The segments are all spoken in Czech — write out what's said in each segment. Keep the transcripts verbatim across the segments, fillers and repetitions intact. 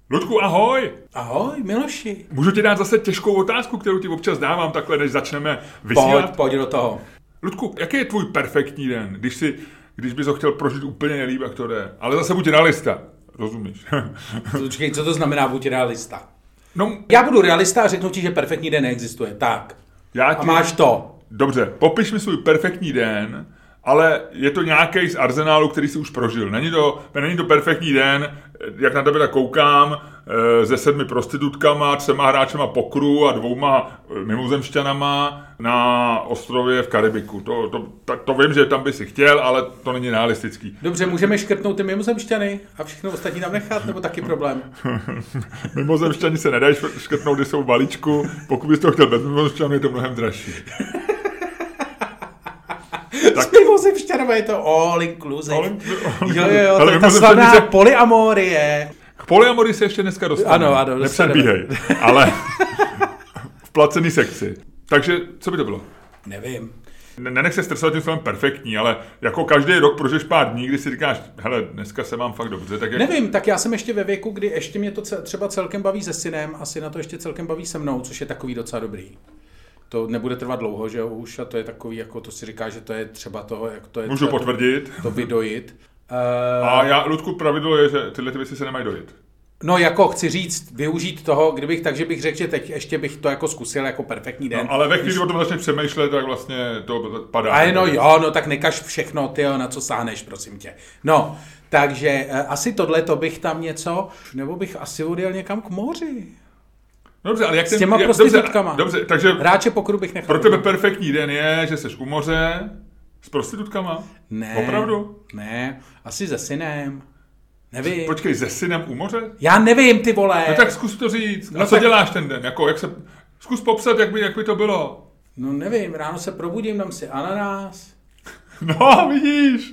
Ludku, ahoj! Ahoj, Miloši. Můžu ti dát zase těžkou otázku, kterou ti občas dávám takhle, než začneme vysílat? Pojď, pojď do toho. Ludku, jaký je tvůj perfektní den, když, si, když bys ho chtěl prožít úplně nejlíp, jak to jde? Ale zase buď realista, rozumíš? Počkej, co to znamená buď realista? No, Já budu realista a řeknu ti, že perfektní den neexistuje. Tak. já ti... A máš to. Dobře, popiš mi svůj perfektní den, ale je to nějaký z arzenálu, který jsi už prožil. Není to, není to perfektní den, jak na tebe tak koukám, se sedmi prostitutkama, třema hráčema pokru a dvouma mimozemšťanama na ostrově v Karibiku. To, to, to, to vím, že tam by si chtěl, ale to není realistický. Dobře, můžeme škrtnout ty mimozemšťany a všechno ostatní tam nechat, nebo taky problém? Mimozemšťani se nedají škrtnout, když jsou v balíčku. Pokud bys to chtěl bez mimozemšťanů, je to mnohem dražší. Tak. S mimozemšťanama je to all inclusive. All inclusive. Jo, jo, jo, to je ta slavná se... polyamorie. K polyamorii se ještě dneska dostane. Ano, ano. Nepředbíhej, ale v placený sekci. Takže, co by to bylo? Nevím. Nenech se stresovat tím slovem perfektní, ale jako každý rok prožiješ pár dní, kdy si říkáš, hele, dneska se mám fakt dobře. Tak jak... Nevím, tak já jsem ještě ve věku, kdy ještě mě to třeba celkem baví se synem, asi na to ještě celkem baví se mnou, což je takový docela dobrý. To nebude trvat dlouho, že jo, už, a to je takový, jako to si říká, že to je třeba toho, jak to je... Můžu potvrdit. To, to vydojit. Uh... A já, Ludku, pravidlo je, že tyhle ty věci se nemají dojit. No jako chci říct, využít toho, kdybych, takže bych řekl, že teď ještě bych to jako zkusil jako perfektní den. No, ale ve chvíli, když o tom začneš přemýšlet, tak vlastně to padá. A no jo, no tak nekaž všechno, tyjo, na co sáhneš, prosím tě. No, takže uh, asi tohle to bych tam něco, nebo bych asi odjel někam k moři. Dobře, ale jak s těma ten, prostitutkama. Dobře, dobře, takže hráče pokru bych nechal. Pro tebe perfektní den je, že seš u moře s prostitutkama? Ne. Opravdu? Ne, asi se synem. Nevím. Počkej, se synem u moře? Já nevím, ty vole. No tak zkus to říct. No a co tak... děláš ten den? Jako, jak se... Zkus popsat, jak by, jak by to bylo. No nevím, ráno se probudím, dám si ananas. No, vidíš.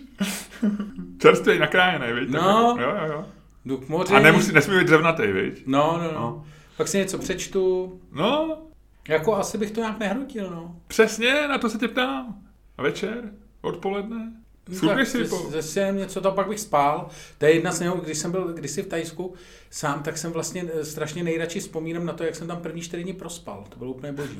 Čerstvý, nakrájený, viď? No. Jo, jo, jo. Jdu k moři. A nemusí, nesmí být dřevnatý, viď? No, no, no. Pak si něco přečtu. No. Jako asi bych to nějak nehrotil, no. Přesně, na to se tě ptám. A večer? Odpoledne? No tak si po... zase něco, to pak bych spál. To je jedna z něho, když jsem byl kdysi v Thajsku sám, tak jsem vlastně strašně nejradši vzpomínám na to, jak jsem tam první čtyři dny prospal. To bylo úplně boží.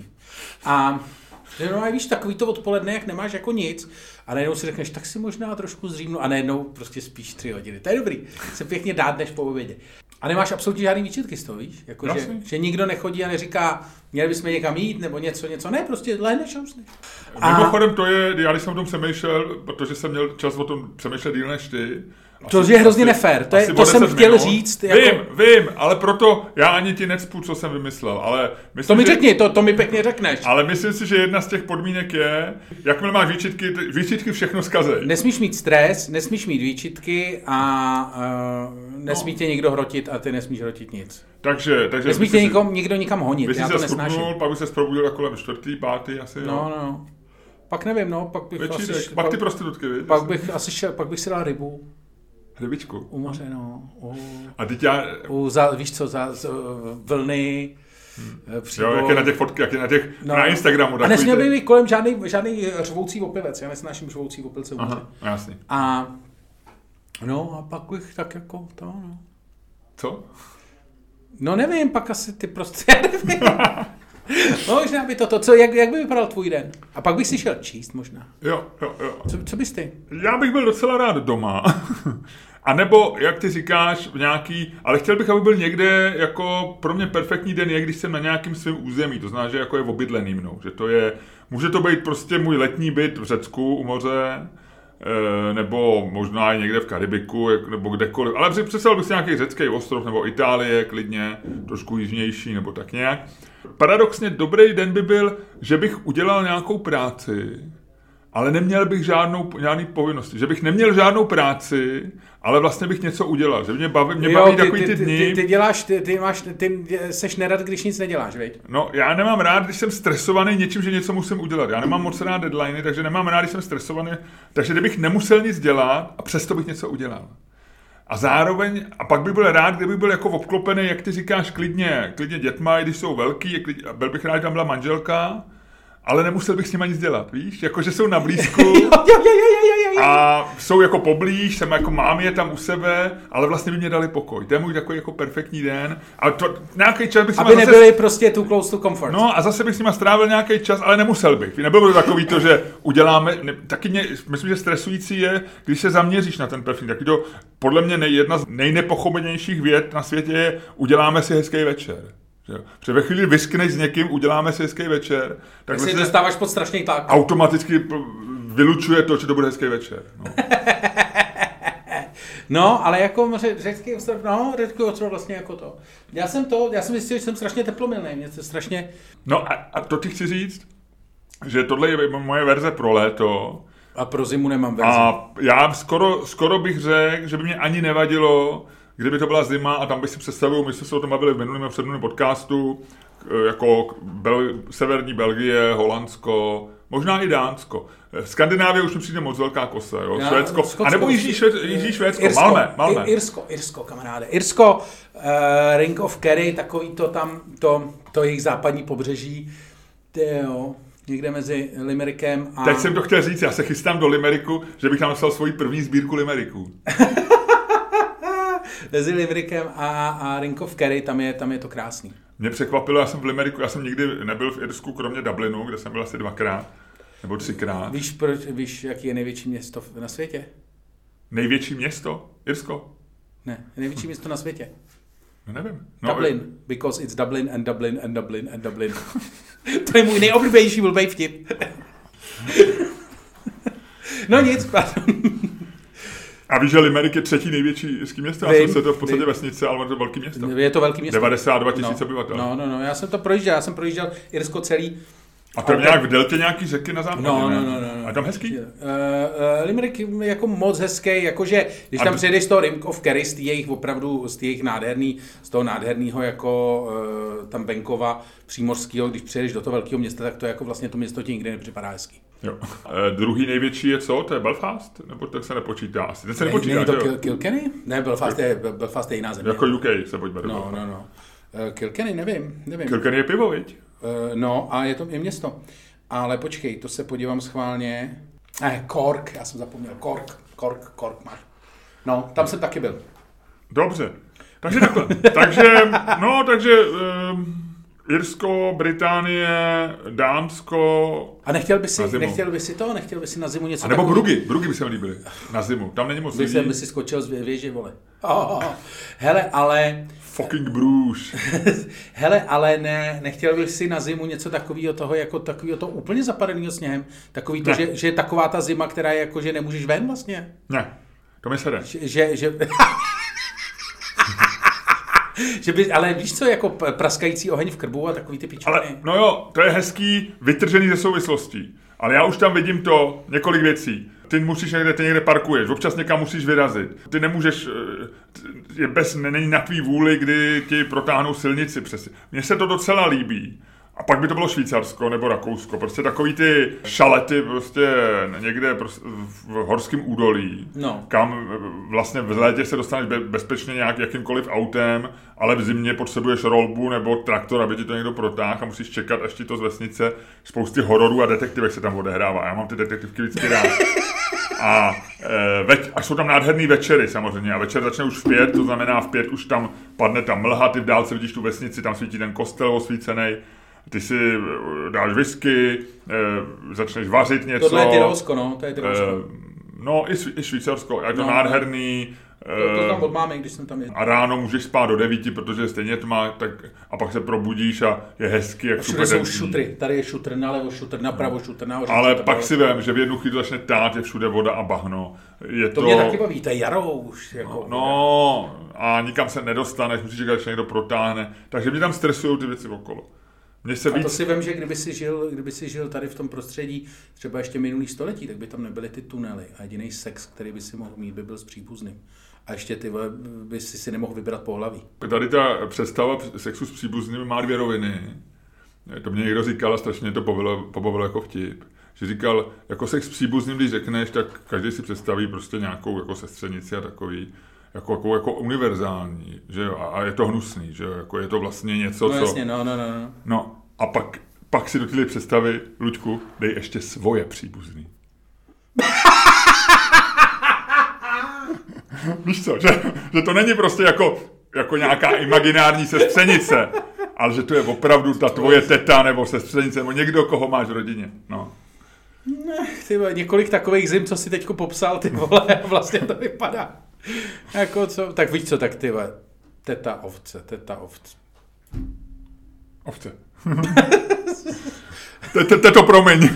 A no a víš, takový to odpoledne, jak nemáš jako nic a najednou si řekneš, tak si možná trošku zřímnu a najednou prostě spíš tři hodiny. To je dobrý. Se pěkně dát než po obědě. A nemáš absolutně žádný výčitky z toho, víš? Jako, že, že nikdo nechodí a neříká, měli bychom někam jít nebo něco, něco. Ne, prostě lehneš a usneš. A... Mimochodem to je, já když jsem o tom přemýšlel, protože jsem měl čas o tom přemýšlet díl než ty. To je hrozně nefér, to, je, to jsem chtěl minut. říct. Vím, jako... vím, ale proto já ani ti necpu, co jsem vymyslel, ale... Myslím, to mi že, řekni, to, to mi pěkně řekneš. Ale myslím si, že jedna z těch podmínek je, jakmile máš výčitky, výčitky všechno zkazej. Nesmíš mít stres, nesmíš mít výčitky a uh, nesmí no. tě nikdo hrotit a ty nesmíš hrotit nic. Takže... takže nesmí tě nikom, nikdo nikam honit, já to nesnáším. Pak by se probudil kolem čtvrtý, pátý asi, no, jo. no, pak nevím, no, pak bych Večírek. asi... Pak ty prostitutky, víš? Pak bych asi šel, pak bych si dal rybu. Rybičku. U moře, no. U, a teď já... U, za, víš co, za, za vlny, hmm. Jo, jak je na těch fotkách, jak je na těch, no. na Instagramu. A nesměl by být kolem žádný, žádný řvoucí opilec, já nesnáším řvoucí opilce u moře. Aha, jasný. A, no a pak bych tak jako to, no. Co? No nevím, pak asi ty prostě, já nevím. No možná by to, to co, jak, jak by vypadal tvůj den? A pak bych si šel číst možná. Jo, jo, jo. Co, co bys ty? Já bych byl docela rád doma. A nebo, jak ty říkáš, nějaký, ale chtěl bych, aby byl někde, jako pro mě perfektní den je, když jsem na nějakým svém území, to znamená, že jako je obydlený mnou, že to je, může to být prostě můj letní byt v Řecku u moře, nebo možná i někde v Karibiku, nebo kdekoliv, ale představil bych si nějaký řecký ostrov, nebo Itálie, klidně, trošku jižnější, nebo tak nějak. Paradoxně dobrý den by byl, že bych udělal nějakou práci, ale neměl bych žádnou, žádný povinnosti. Že bych neměl žádnou práci, ale vlastně bych něco udělal. Že mě baví, mě jo, baví ty, takový ty, ty dny. Ty, ty děláš, ty, ty máš, ty seš nerad, když nic neděláš, veď? No, já nemám rád, když jsem stresovaný něčím, že něco musím udělat. Já nemám moc rád deadliny, takže nemám rád, když jsem stresovaný. Takže kdybych nemusel nic dělat a přesto bych něco udělal. A zároveň, a pak bych byl rád, kdyby byl jako obklopený, jak ty říkáš, klidně, klidně dětma, i když jsou velký, byl bych rád, tam byla manželka, ale nemusel bych s nimi nic dělat, víš? Jako, že jsou na blízku a jsou jako poblíž, jsem jako mám je tam u sebe, ale vlastně by mě dali pokoj. To je můj takový jako perfektní den. A to, nějaký čas bych s nima aby nebyli zase... prostě too close to comfort. No a zase bych s nima strávil nějaký čas, ale nemusel bych. Nebylo by takový to, že uděláme, ne, taky mě, myslím, že stresující je, když se zaměříš na ten perfektní. Taky to podle mě nej, jedna z nejnepochopenějších vět na světě je, uděláme si hezký večer. Protože ve chvíli vyskneš s někým, uděláme si hezký večer, tak si dostáváš pod strašný tlak. Automaticky vylučuje to, že to bude hezký večer. No, no ale jako řecký ostrov, no, řecký ostrov vlastně jako to. Já jsem to, já jsem zjistil, že jsem strašně teplomilný, mě to strašně... No a, a to ti chci říct, že tohle je moje verze pro léto. A pro zimu nemám verzi. A já skoro, skoro bych řekl, že by mě ani nevadilo, kdyby to byla zima a tam bych si představil, my jsme se o tom bavili v minulém a předminulém podcastu, jako Bel, severní Belgie, Holandsko, možná i Dánsko. Skandinávie už mi přijde moc velká kosa, jo, Já, Švédsko, Skotsko, a nebo Jižní, švéd, Jižní Švédsko, Irsko, Malmö, Malmö. Irsko, Irsko, kamaráde. Irsko, uh, Ring of Kerry, takový to tam, to, to jejich západní pobřeží, jo, někde mezi Limerickem a... Teď jsem to chtěl říct, já se chystám do Limeriku, že bych tam napsal svoji první sbírku Limeriků. Mezi Limerickem a, a Ring of Kerry, tam je, tam je to krásný. Mě překvapilo, já jsem v Limeriku, já jsem nikdy nebyl v Irsku, kromě Dublinu, kde jsem byl asi dvakrát, nebo třikrát. Víš, proč, víš, jaký je největší město na světě? Největší město? Irsko? Ne, největší město na světě. No nevím. No, Dublin, because it's Dublin and Dublin and Dublin and Dublin. To je můj nejoblíbenější blbej vtip. No nic, pardon. A víš, že Limerick je třetí největší irský město? Já jsem se to v podstatě vesnice, ale je to velký město. Je to velký město. devadesát dva tisíc no, obyvatel. No, no, no, já jsem to projížděl, já jsem projížděl Irsko celý. A to je nějak v deltě nějaký řeky na západě, no, ne? No, no, no, no. A tam hezký? Uh, uh, Limerick je jako moc hezký, jakože, když tam přijedeš z toho Ring of Kerry, z jejich opravdu, z jejich nádherný, z toho nádherného jako uh, tam venkova přímořského, když přijedeš do toho velkého města, tak to jako vlastně to město ti nikdy nepřipadá hezký. Jo. Uh, druhý největší je co? To je Belfast? Nebo to se nepočítá asi? Ten se ne, nepočítá, není to Kil- Kilkenny? Ne, Belfast je, Belfast je jiná země. Jako U K se pojďme do No, no, no. Uh, Kilkenny, nevím, nevím. Kilkenny je pivo, viď? Uh, no, a je to je město. Ale počkej, to se podívám schválně. Ne, Cork, já jsem zapomněl. Cork, Cork, Cork máš. No, tam jsem taky byl. Dobře. Takže takhle. takže, no, takže um, Irsko, Británie, Dánsko. A nechtěl by si, nechtěl by si to? Nechtěl by si na zimu něco a nebo takový? Brugy, Brugy by se mi líbily. Na zimu. Tam není moc lidí. Bych by si skočil z věže, vole. Oh, oh. Hele, ale... Fucking Bruges. Hele, ale ne, nechtěl bych si na zimu něco takového toho, jako takového to úplně zapadeného sněhem. Takový to, že, že je taková ta zima, která je jako, že nemůžeš ven vlastně. Ne, to mi se jde. Že, že, že... že by, ale víš co, jako praskající oheň v krbu a takový ty pičoviny. Ale, no jo, to je hezký, vytržený ze souvislostí. Ale já už tam vidím to, několik věcí. Ty musíš někde, ty někde parkuješ, občas někam musíš vyrazit. Ty nemůžeš, je bez, není na tvý vůli, kdy ti protáhnou silnici přes. Mně se to docela líbí. A pak by to bylo Švýcarsko nebo Rakousko. Prostě takový ty šalety prostě někde prostě v horském údolí, no. Kam vlastně v létě se dostaneš bezpečně nějak jakýmkoliv autem, ale v zimě potřebuješ rolbu nebo traktor, aby ti to někdo protáhl a musíš čekat, až ti to z vesnice. Spousty hororů a detektivek se tam odehrává. Já mám ty detektivky vždycky rád. A, e, več, a jsou tam nádherný večery samozřejmě. A večer začne už v pět, to znamená v pět už tam padne ta mlha, ty v dálce vidíš tu vesnici, tam svítí ten kostel osvícený. Ty si dáš whisky, e, začneš vařit něco. Tohle je Tyrolsko, no. To je Tyrolsko. E, no, i, i Švýcarsko. Je to no, nádherný. To, to tam od mámy, když jsem tam jel. A ráno můžeš spát do devíti, protože je stejně tma, tak a pak se probudíš a je hezky, jak super. Všude jsou šutry. Tady je šutr nalevo, šutr napravo, šutr nahoře. Ale šutr, pak nahoře. Si vem, že v jednu chvíli začne tát, je všude voda a bahno. Je to, to mě taky baví, to je jaro už. Jako no, no a nikam se nedostaneš, musíš čekat, že někdo protáhne. Takže mě tam stresují ty věci okolo. Se a víc... to si vem, že kdyby si, žil, kdyby si žil tady v tom prostředí třeba ještě minulý století, tak by tam nebyly ty tunely a jediný sex, který by si mohl mít, by byl s příbuzným. A ještě ty by si si nemohl vybrat pohlaví. Tady ta představa sexu s příbuzným má dvě roviny. To mě někdo říkal a strašně to pobavilo jako vtip. Že říkal, jako sex s příbuzným, když řekneš, tak každý si představí prostě nějakou jako sestřenici a takový. Jako, jako, jako univerzální, že jo, a je to hnusný, že jo, jako je to vlastně něco, no, co... Jasně, no, no, no, no. No, a pak Pak si do téhle představy, Luďku, dej ještě svoje příbuzný. Víš co, že, že to není prostě jako, jako nějaká imaginární sestřenice, ale že to je opravdu ta tvoje teta nebo sestřenice, nebo někdo, koho máš v rodině. No. Ne, ty vole, několik takových zim, co si teďko popsal, ty vole, vlastně to vypadá. Jako co, tak víš co, tak ty vole, teta ovce, teta ovce. Ovce. Teto promiň.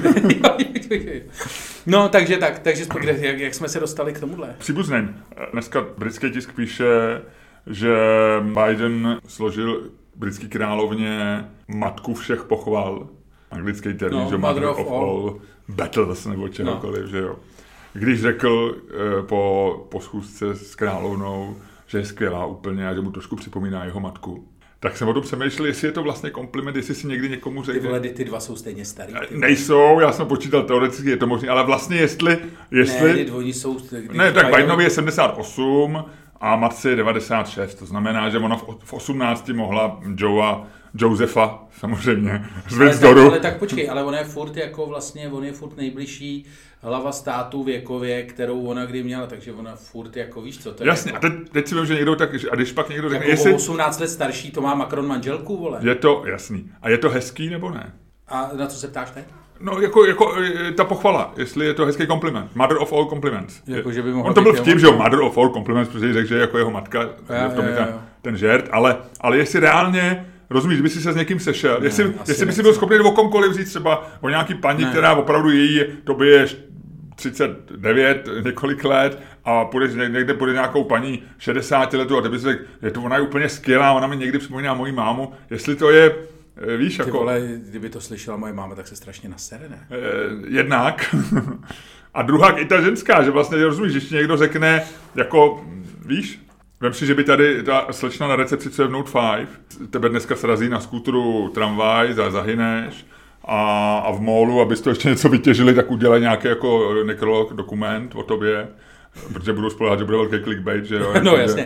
No, takže tak, takže jak, jak jsme se dostali k tomuhle? Příbuzným. Dneska britský tisk píše, že Biden složil britský královně matku všech pochval. Anglický termín, no, že mother of, of all, all battles, nebo čehokoliv, no. Že jo. Když řekl eh, po, po schůzce s královnou, že je skvělá úplně a že mu trošku připomíná jeho matku, tak jsem o tom přemýšlel, jestli je to vlastně kompliment, jestli si někdy někomu řekl. Ty vole, ty dva jsou stejně starý. Nejsou, já jsem počítal, teoreticky je to možné, ale vlastně jestli... jestli ne, ty oni jsou... Ne, tak Bidenovi je sedmdesát osm a matce je devadesát šest, to znamená, že ona v osmnácti mohla Joea, Josefa, samozřejmě, z Windsoru. Ale, ale tak počkej, ale ona je furt jako vlastně, on je furt nejbližší hlava státu věkově, kterou ona kdy měla, takže ona furt jako, víš co, to je jasně, jako, a teď, teď si vím, že někdo tak, a když pak někdo řekne, jako jestli... osmnáct let starší, to má Macron manželku, vole. Je to jasný. A je to hezký, nebo ne? A na co se ptáš teď? No, jako, jako ta pochvala, jestli je to hezký kompliment. Mother of all compliments. Jako, že by mohla on to byl vtip, že jo, mother of all compliments, protože řekl, že je jako jeho matka, já, v tom je ten, ten žert, ale, ale jestli reálně, rozumíš, kdyby si se s někým sešel, ne, jestli, jestli by si byl schopný o komkoliv říct třeba o nějaký paní, ne. která opravdu její, to by je třicet devět, několik let a půjdeš někde, půjde nějakou paní šedesát letou a ty bys řekl, že to ona je úplně skvělá, ona mi někdy připomíná moji mámu, jestli to je, víš, ty jako... vole, kdyby to slyšela moje máma, tak se strašně nasere, ne? Eh, jednak. A druhá i ta ženská, že vlastně, rozumíš, když ti někdo řekne, jako, víš, vem si, že by tady ta slečna na recepci, co je v Note pět, tebe dneska srazí na skútru tramvaj, zahyneš, a, a v mólu, abys to ještě něco vytěžili, tak udělají nějaký jako nekrolog dokument o tobě, protože budu spoléhat, že bude velký clickbait, že jo? No jasně.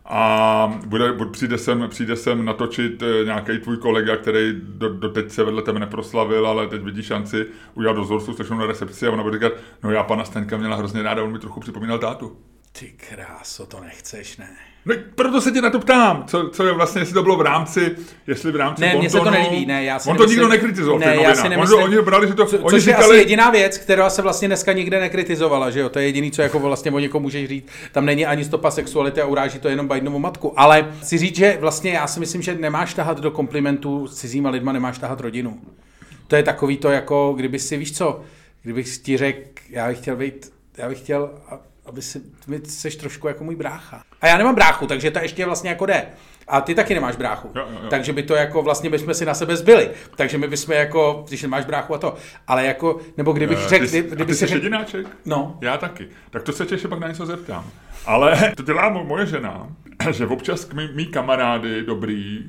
A bude, bude, přijde, sem, přijde sem natočit nějaký tvůj kolega, který do, do teď se vedle tebe neproslavil, ale teď vidí šanci udělat rozhovor s slečnou na recepci a ona bude říkat, no já pana Stenka měla hrozně ráda, on mi trochu připomínal tátu. Ty kráso, to nechceš, ne? No, proto se tě na to ptám, co, co je vlastně, jestli to bylo v rámci, jestli v rámci ne, mně se to nelíbí, ne, já si on nemyslím, to nikdo nekritizoval, ne, já si nemyslím, oni brali, že to, co, oni což říkali, je asi jediná věc, která se vlastně dneska nikde nekritizovala, že jo, to je jediný, co jako vlastně o někom můžeš říct, tam není ani stopa sexuality a uráží to jenom Bidenovu matku, ale si říct, že vlastně já si myslím, že nemáš tahat do komplimentů s cizíma lidma, nemáš tahat rodinu. To je takový to jako, kdyby si, víš co, kdybych ti řekl, já bych chtěl být, já bych chtěl, aby si, my seš trošku jako můj brácha. A já nemám bráchu, takže to ještě vlastně jako jde. A ty taky nemáš bráchu. Jo, jo, jo. Takže by to jako vlastně bychom si na sebe zbyli. Takže my bychom jako, když nemáš bráchu a to. Ale jako, nebo kdybych uh, řekl... Kdy, kdyby a ty jsi jsi řek... jedináček? No. Já taky. Tak to se tě ještě pak na něco zeptám. Ale to dělá moje žena, že občas k mý, mý kamarády dobrý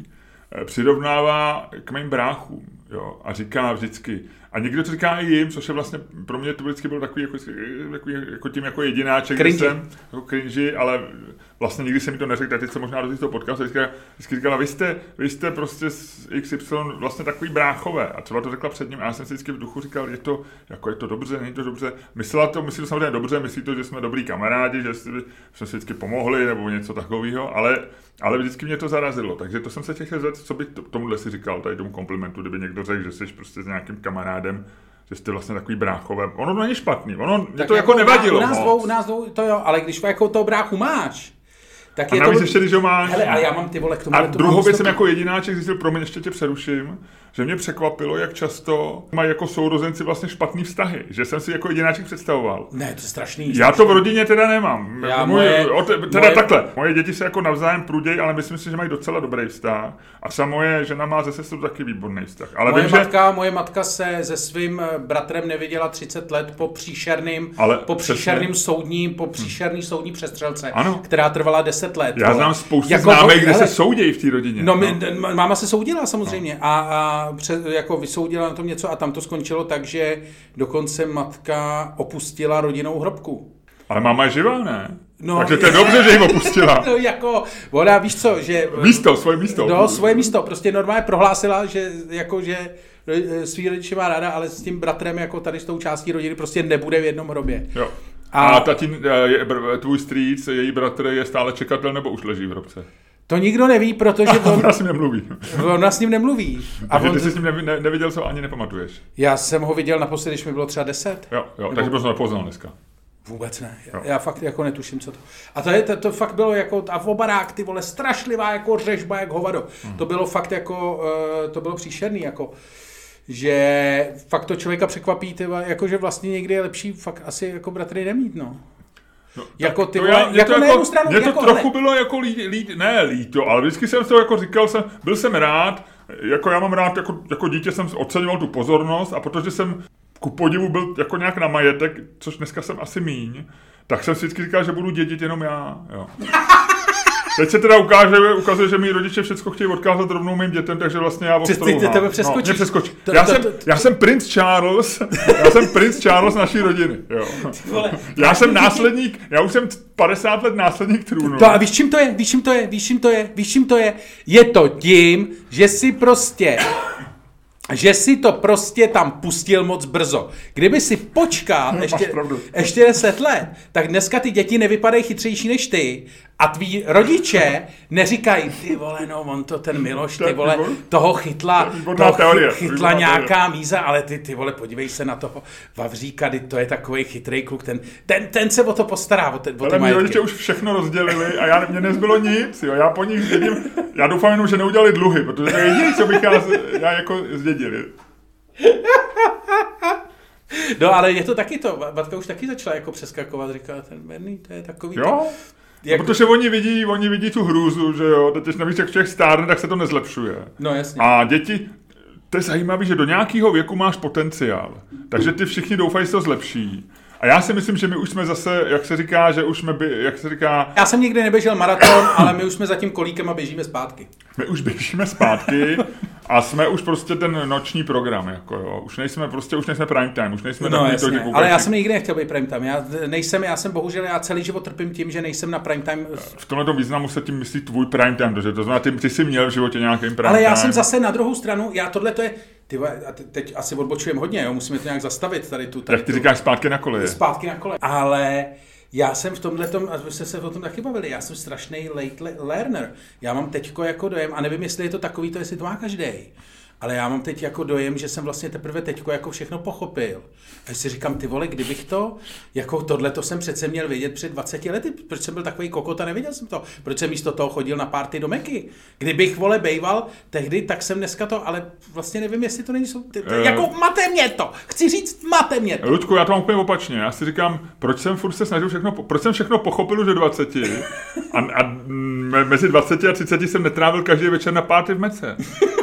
přirovnává k mým bráchům. Jo, a říká vždycky, a někdo to říká i jim, což je vlastně pro mě to vždycky byl takový jako, takový, jako tím jako jedináček, že jsem, jako cringy, ale vlastně nikdy se mi to neřekl, a teď se možná do toho podcastu vždycky, vždycky říkala, vy jste, vy jste prostě z X Y vlastně takový bráchové, a třeba to řekla před ním, a já jsem si vždycky v duchu říkal, je to, jako je to dobře, není to dobře, myslela to, myslí to samozřejmě dobře, myslí to, že jsme dobrý kamarádi, že jsme si vždycky pomohli, nebo něco takového, ale Ale vždycky mě to zarazilo, takže to jsem se těch zvědět, co bych tomuhle si říkal, tady tomu komplimentu, kdyby někdo řekl, že jsi prostě s nějakým kamarádem, že jste vlastně takový bráchové. Ono to není špatný, ono mě to jako, jako nevadilo. U nás dvou, u nás dvou, to jo, ale když jako toho bráchu máš, tak a je navíc to... ještě, když ho máš... Hele, ale já mám ty vole k tomu... A druhou věc jsem jako jedináček zjistil, promiň, ještě tě přeruším, že mě překvapilo, jak často mají jako sourozenci vlastně špatný vztahy, že jsem si jako jedináček představoval. Ne, to je strašný. Já strašný. to v rodině teda nemám. Já Můj, moje, od, teda moje... takhle, moje děti se jako navzájem prudějí, ale myslím si, že mají docela dobrý vztah. A třeba moje žena má ze sestrou taky výborný vztah. Ale moje, vím, matka, že... moje matka se se svým bratrem neviděla třicet let po příšerným, ale po příšerným soudním, po příšerný soudní přestřelce, ano. která trvala deset let. Já znám spoustu jako známých, kde se soudějí v té rodině. No, no. Máma se soudila samozřejmě no. a, a před, jako vysoudila na tom něco a tam to skončilo tak, že dokonce matka opustila rodinnou hrobku. Ale máma je živá, ne? No, takže to je dobře, že jim opustila. No jako, ona víš co, že... Místo, svoje místo. No, svoje místo, prostě normálně prohlásila, že jako, že svý rodiče má ráda, ale s tím bratrem jako tady s tou částí rodiny prostě nebude v jednom hrobě. Jo. A, a tatín, tvůj strýc, její bratr je stále čekatel nebo už leží v hrobce? To nikdo neví, protože on... Ona s ním nemluví. Ona s ním nemluví. A takže on... ty jsi s ním ne, ne, neviděl, co ani nepamatuješ? Já jsem ho viděl naposledy, když mi bylo třeba deset. Jo, jo, nebo... takže bys ho nepoznal dneska. Vůbec ne. Já, já fakt jako netuším, co to. A to, je, to, to fakt bylo jako, a v obarák, ty vole, strašlivá jako řežba, jak hovado. Hmm. To bylo fakt jako, uh, to bylo příšerný, jako, že fakt to člověka překvapí, tyva, jako, že vlastně někdy je lepší fakt asi jako bratry nemít, no. No, jako ty to vole, já, jako to na jako, jednu stranu, mě to jako, trochu ale... bylo jako lí, lí, ne líto, ale vždycky jsem to jako říkal, jsem, byl jsem rád, jako já mám rád, jako, jako dítě jsem oceňoval tu pozornost a protože jsem ku podivu byl jako nějak na majetek, což dneska jsem asi míň, tak jsem si vždycky říkal, že budu dědit jenom já, jo. Teď se teda ukáže, ukazuje, že mý rodiče všechno chtějí odkázat rovnou mým dětem, takže vlastně já odstrouhám. Ty tebe přeskočíš. No, přeskočí. Já, jsem, já jsem princ Charles, já jsem princ Charles naší rodiny, jo. Já jsem následník, já už jsem padesát let následník trůnu. To, a víš, čím to je, víš, čím to je, víš, čím to je, víš, čím to je? Je to tím, že si prostě... že si to prostě tam pustil moc brzo. Kdyby si počkal ještě, ještě deset let, tak dneska ty děti nevypadají chytřejší než ty a tví rodiče neříkají, ty vole, no on to ten Miloš, ty vole, toho chytla, toho teorie, chytla nějaká míza, ale ty, ty vole, podívej se na toho Vavříka, to je takovej chytrý kluk, ten, ten, ten se o to postará, o, ten, o ty majetky. Rodiče už všechno rozdělili a já, mě nezbylo nic, jo, já po nich zdědím, já doufám jenom, že neudělali dluhy, protože to je jediné, co bych já, já jako zdědil. No ale je to taky to, matka už taky začala jako přeskakovat, říká ten Berný, to je takový... Jo, to, jak... no, protože oni vidí, oni vidí tu hrůzu, že jo, teď navíc jak člověk stárne, tak se to nezlepšuje. No jasně. A děti, to je zajímavé, že do nějakého věku máš potenciál, takže ty všichni doufají, že to zlepší. A já si myslím, že my už jsme zase, jak se říká, že už jsme, by, jak se říká... Já jsem nikdy neběžel maraton, ale my už jsme za tím kolíkem a běžíme zpátky. My už běžíme zpátky a jsme už prostě ten noční program, jako jo. Už nejsme prostě, už nejsme prime time, už nejsme... No jasně, to, ale já jsem nikdy nechtěl být prime time. Já nejsem, já jsem bohužel, já celý život trpím tím, že nejsem na prime time. V tomhle významu se tím myslí tvůj prime time, to znamená, ty, ty jsi měl v životě nějaký prime time. Ale já jsem zase na druhou stranu, já tohle to je... Ty a teď asi odbočujeme hodně, jo? Musíme to nějak zastavit tady tu... Tady Jak ty tu, říkáš zpátky na kole. Zpátky na kole. Ale já jsem v tomhletom, a jste se o tom taky bavili, já jsem strašný late learner. Já mám teďko jako dojem, a nevím, jestli je to takový, to jestli to má každej. Ale já mám teď jako dojem, že jsem vlastně teprve teďko jako všechno pochopil. A si říkám, ty vole, kdybych to, jako tohle to jsem přece měl vědět před dvaceti lety, proč jsem byl takový kokot a nevěděl jsem to, proč jsem místo toho chodil na party do Meky. Kdybych, vole, bejval tehdy, tak jsem dneska to, ale vlastně nevím, jestli to není, ty, ty, uh, jako mate mě to, chci říct, mate mě to. Ludku, já to mám úplně opačně, já si říkám, proč jsem furt se snažil všechno, proč jsem všechno pochopil už do dvaceti a, a mezi dvaceti a třiceti jsem netrávil každý večer na party v Mece.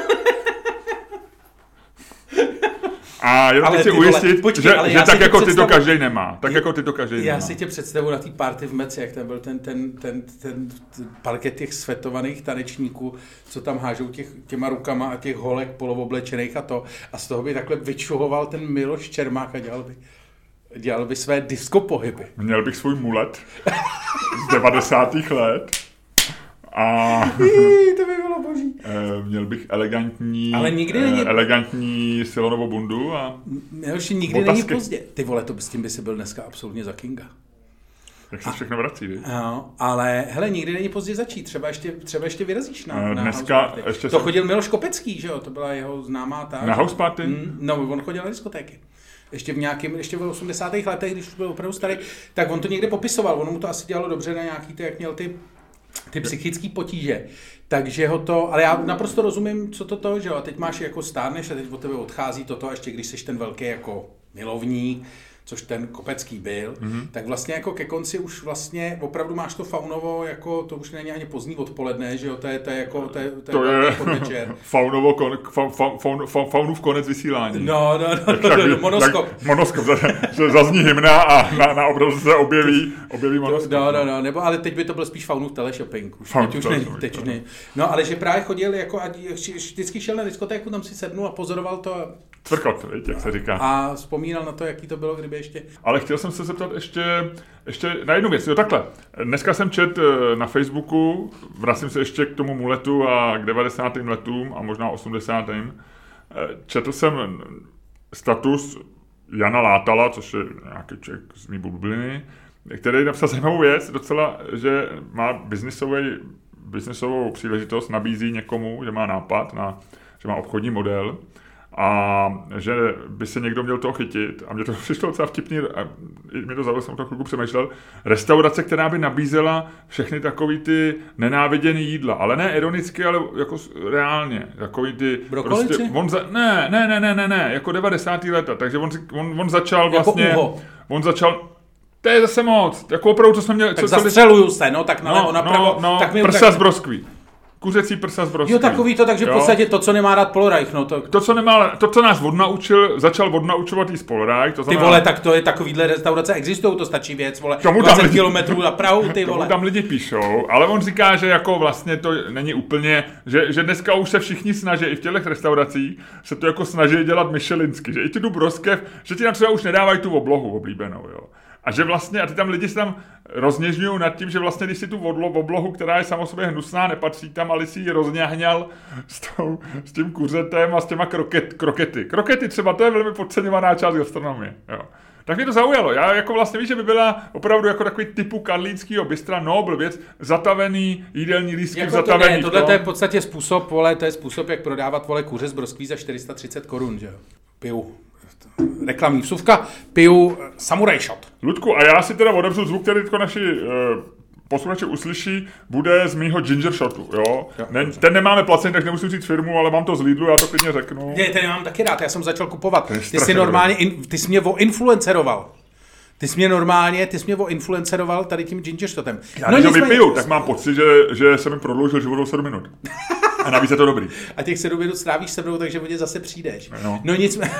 A jenom chci ujistit, počkej, že, že tak jako ty to každej nemá. Tak jako ty to každej já nemá. Já si tě představu na té party v Mece, jak tam byl ten, ten, ten, ten, ten parket těch svetovaných tanečníků, co tam hážou těch, těma rukama a těch holek polovoblečených a to. A z toho by takhle vyčuhoval ten Miloš Čermák a dělal by, dělal by své disco pohyby. Měl bych svůj mulet z devadesátých let. A to by bylo boží. Měl bych elegantní, ale nikdy není... elegantní silonovou bundu a Nelši, nikdy botasky. Není pozdě. Ty vole, to s tím by si byl dneska absolutně za kinga. Jak se a, všechno vrací, víš? No, ale hele, nikdy není pozdě začít. Třeba ještě, třeba ještě vyrazíš na, uh, na dneska house party. Ještě to jsem... chodil Miloš Kopecký, že jo? To byla jeho známá ta. Na house party? Mm, no, on chodil na diskotéky. Ještě v nějakým, ještě v osmdesátých letech, když už byl opravdu starý, tak on to někde popisoval. Ono mu to asi dělalo dobře na nějaký ty, jak měl ty ty psychické potíže, takže ho to, ale já naprosto rozumím, co to to, že jo, a teď máš jako stárneš a teď od tebe odchází toto, a ještě když jsi ten velký jako milovník, což ten Kopecký byl, mm-hmm. tak vlastně jako ke konci už vlastně opravdu máš to faunovo, jako to už není ani pozdní odpoledne, že jo, to je, to je jako, to je, to to je, je podvečer. Faunovo, kon, fa, fa, faun, fa, faunův konec vysílání. No, no, no, tak, no, no, no monoskop. Tak, monoskop, že zazní hymna a na, na obrazce se objeví, objeví monoskop. No, no, no, nebo ale teď by to byl spíš faunův teleshopping. Už, teď už není, teď už není. No, ale že právě chodil jako a vždycky šel na diskotéku, tam si sednul a pozoroval to. Cvrkot, jak se říká. A vzpomínal na to, jaký to bylo, kdyby ještě... Ale chtěl jsem se zeptat ještě, ještě na jednu věc. Jo, takhle. Dneska jsem čet na Facebooku, vracím se ještě k tomu muletu a k devadesátým letům a možná osmdesátým četl jsem status Jana Látala, což je nějaký člověk z mý bubliny, který napsal zajímavou věc, docela, že má biznisovou příležitost, nabízí někomu, že má nápad, na, že má obchodní model a že by se někdo měl toho chytit. A mě to přišlo docela vtipný, a mě to zaujalo, jsem to chvilku přemýšlel, restaurace, která by nabízela všechny takový ty nenáviděný jídla, ale ne ironicky, ale jako reálně. Takový ty... Brokolici? Prostě, on za, ne, ne, ne, ne, ne, ne, jako devadesátá léta, takže on, on, on začal vlastně... Jako uho. On začal... To je zase moc, jako opravdu, co jsme měli... Tak co, zastřeluju se, no, tak nalevo, no, napravo. No, no, tak prsa tak... z broskví. Kuřecí prsa z broskví. Jo, takový to, takže v podstatě to, co nemá rád Polreich, no to... To, co nemá, to, co nás odnaučil, začal odnaučovat jí Polreich, to znamená... Ty vole, tak to je takovýhle restaurace existují, to stačí věc, vole, tomu dvacet lidi... kilometrů na Prahu, ty vole. Tomu tam lidi píšou, ale on říká, že jako vlastně to není úplně, že, že dneska už se všichni snaží, i v těchto restauracích se to jako snaží dělat michelinsky, že i ty tu broskev, že ti tam třeba už nedávají tu oblohu oblíbenou, jo. A že vlastně, a ty tam lidi se tam rozněžňují nad tím, že vlastně, když si tu oblohu, která je samo sobě hnusná, nepatří tam, ale si ji rozňahňal s, tou, s tím kuřetem a s těma kroket, krokety. Krokety třeba, to je velmi podceňovaná část gastronomie, jo. Tak mě to zaujalo. Já jako vlastně víš, že by byla opravdu jako takový typu karlínskýho bystra, nobl věc, zatavený jídelní lístky jako v zatavený. To tohle to je v podstatě způsob, vole, to je způsob, jak prodávat, vole, kuře z broskví za čtyři sta třicet korun, že jo. Piju. Reklamní vsuvka, piju Samurai Shot. Ludku, a já si teda odevřu zvuk, který teďko naši uh, posluchači uslyší, bude z mýho ginger shotu, jo? jo ne, ten nemáme placený, tak nemusím říct firmu, ale mám to z Lidlu, já to klidně řeknu. Ne, ten mám taky rád, já jsem začal kupovat. Ty jsi normálně, in, ty jsi mě voinfluenceroval. Ty jsi mě normálně, ty jsi mě voinfluenceroval tady tím ginger shotem. Já no, když ho vypiju, tak mám pocit, že, že jsem mi prodloužil život o sedm minut. A navíc je to dobrý. A těch sedm minut strávíš se mnou, takže o ně zase přijdeš. No, no nicméně...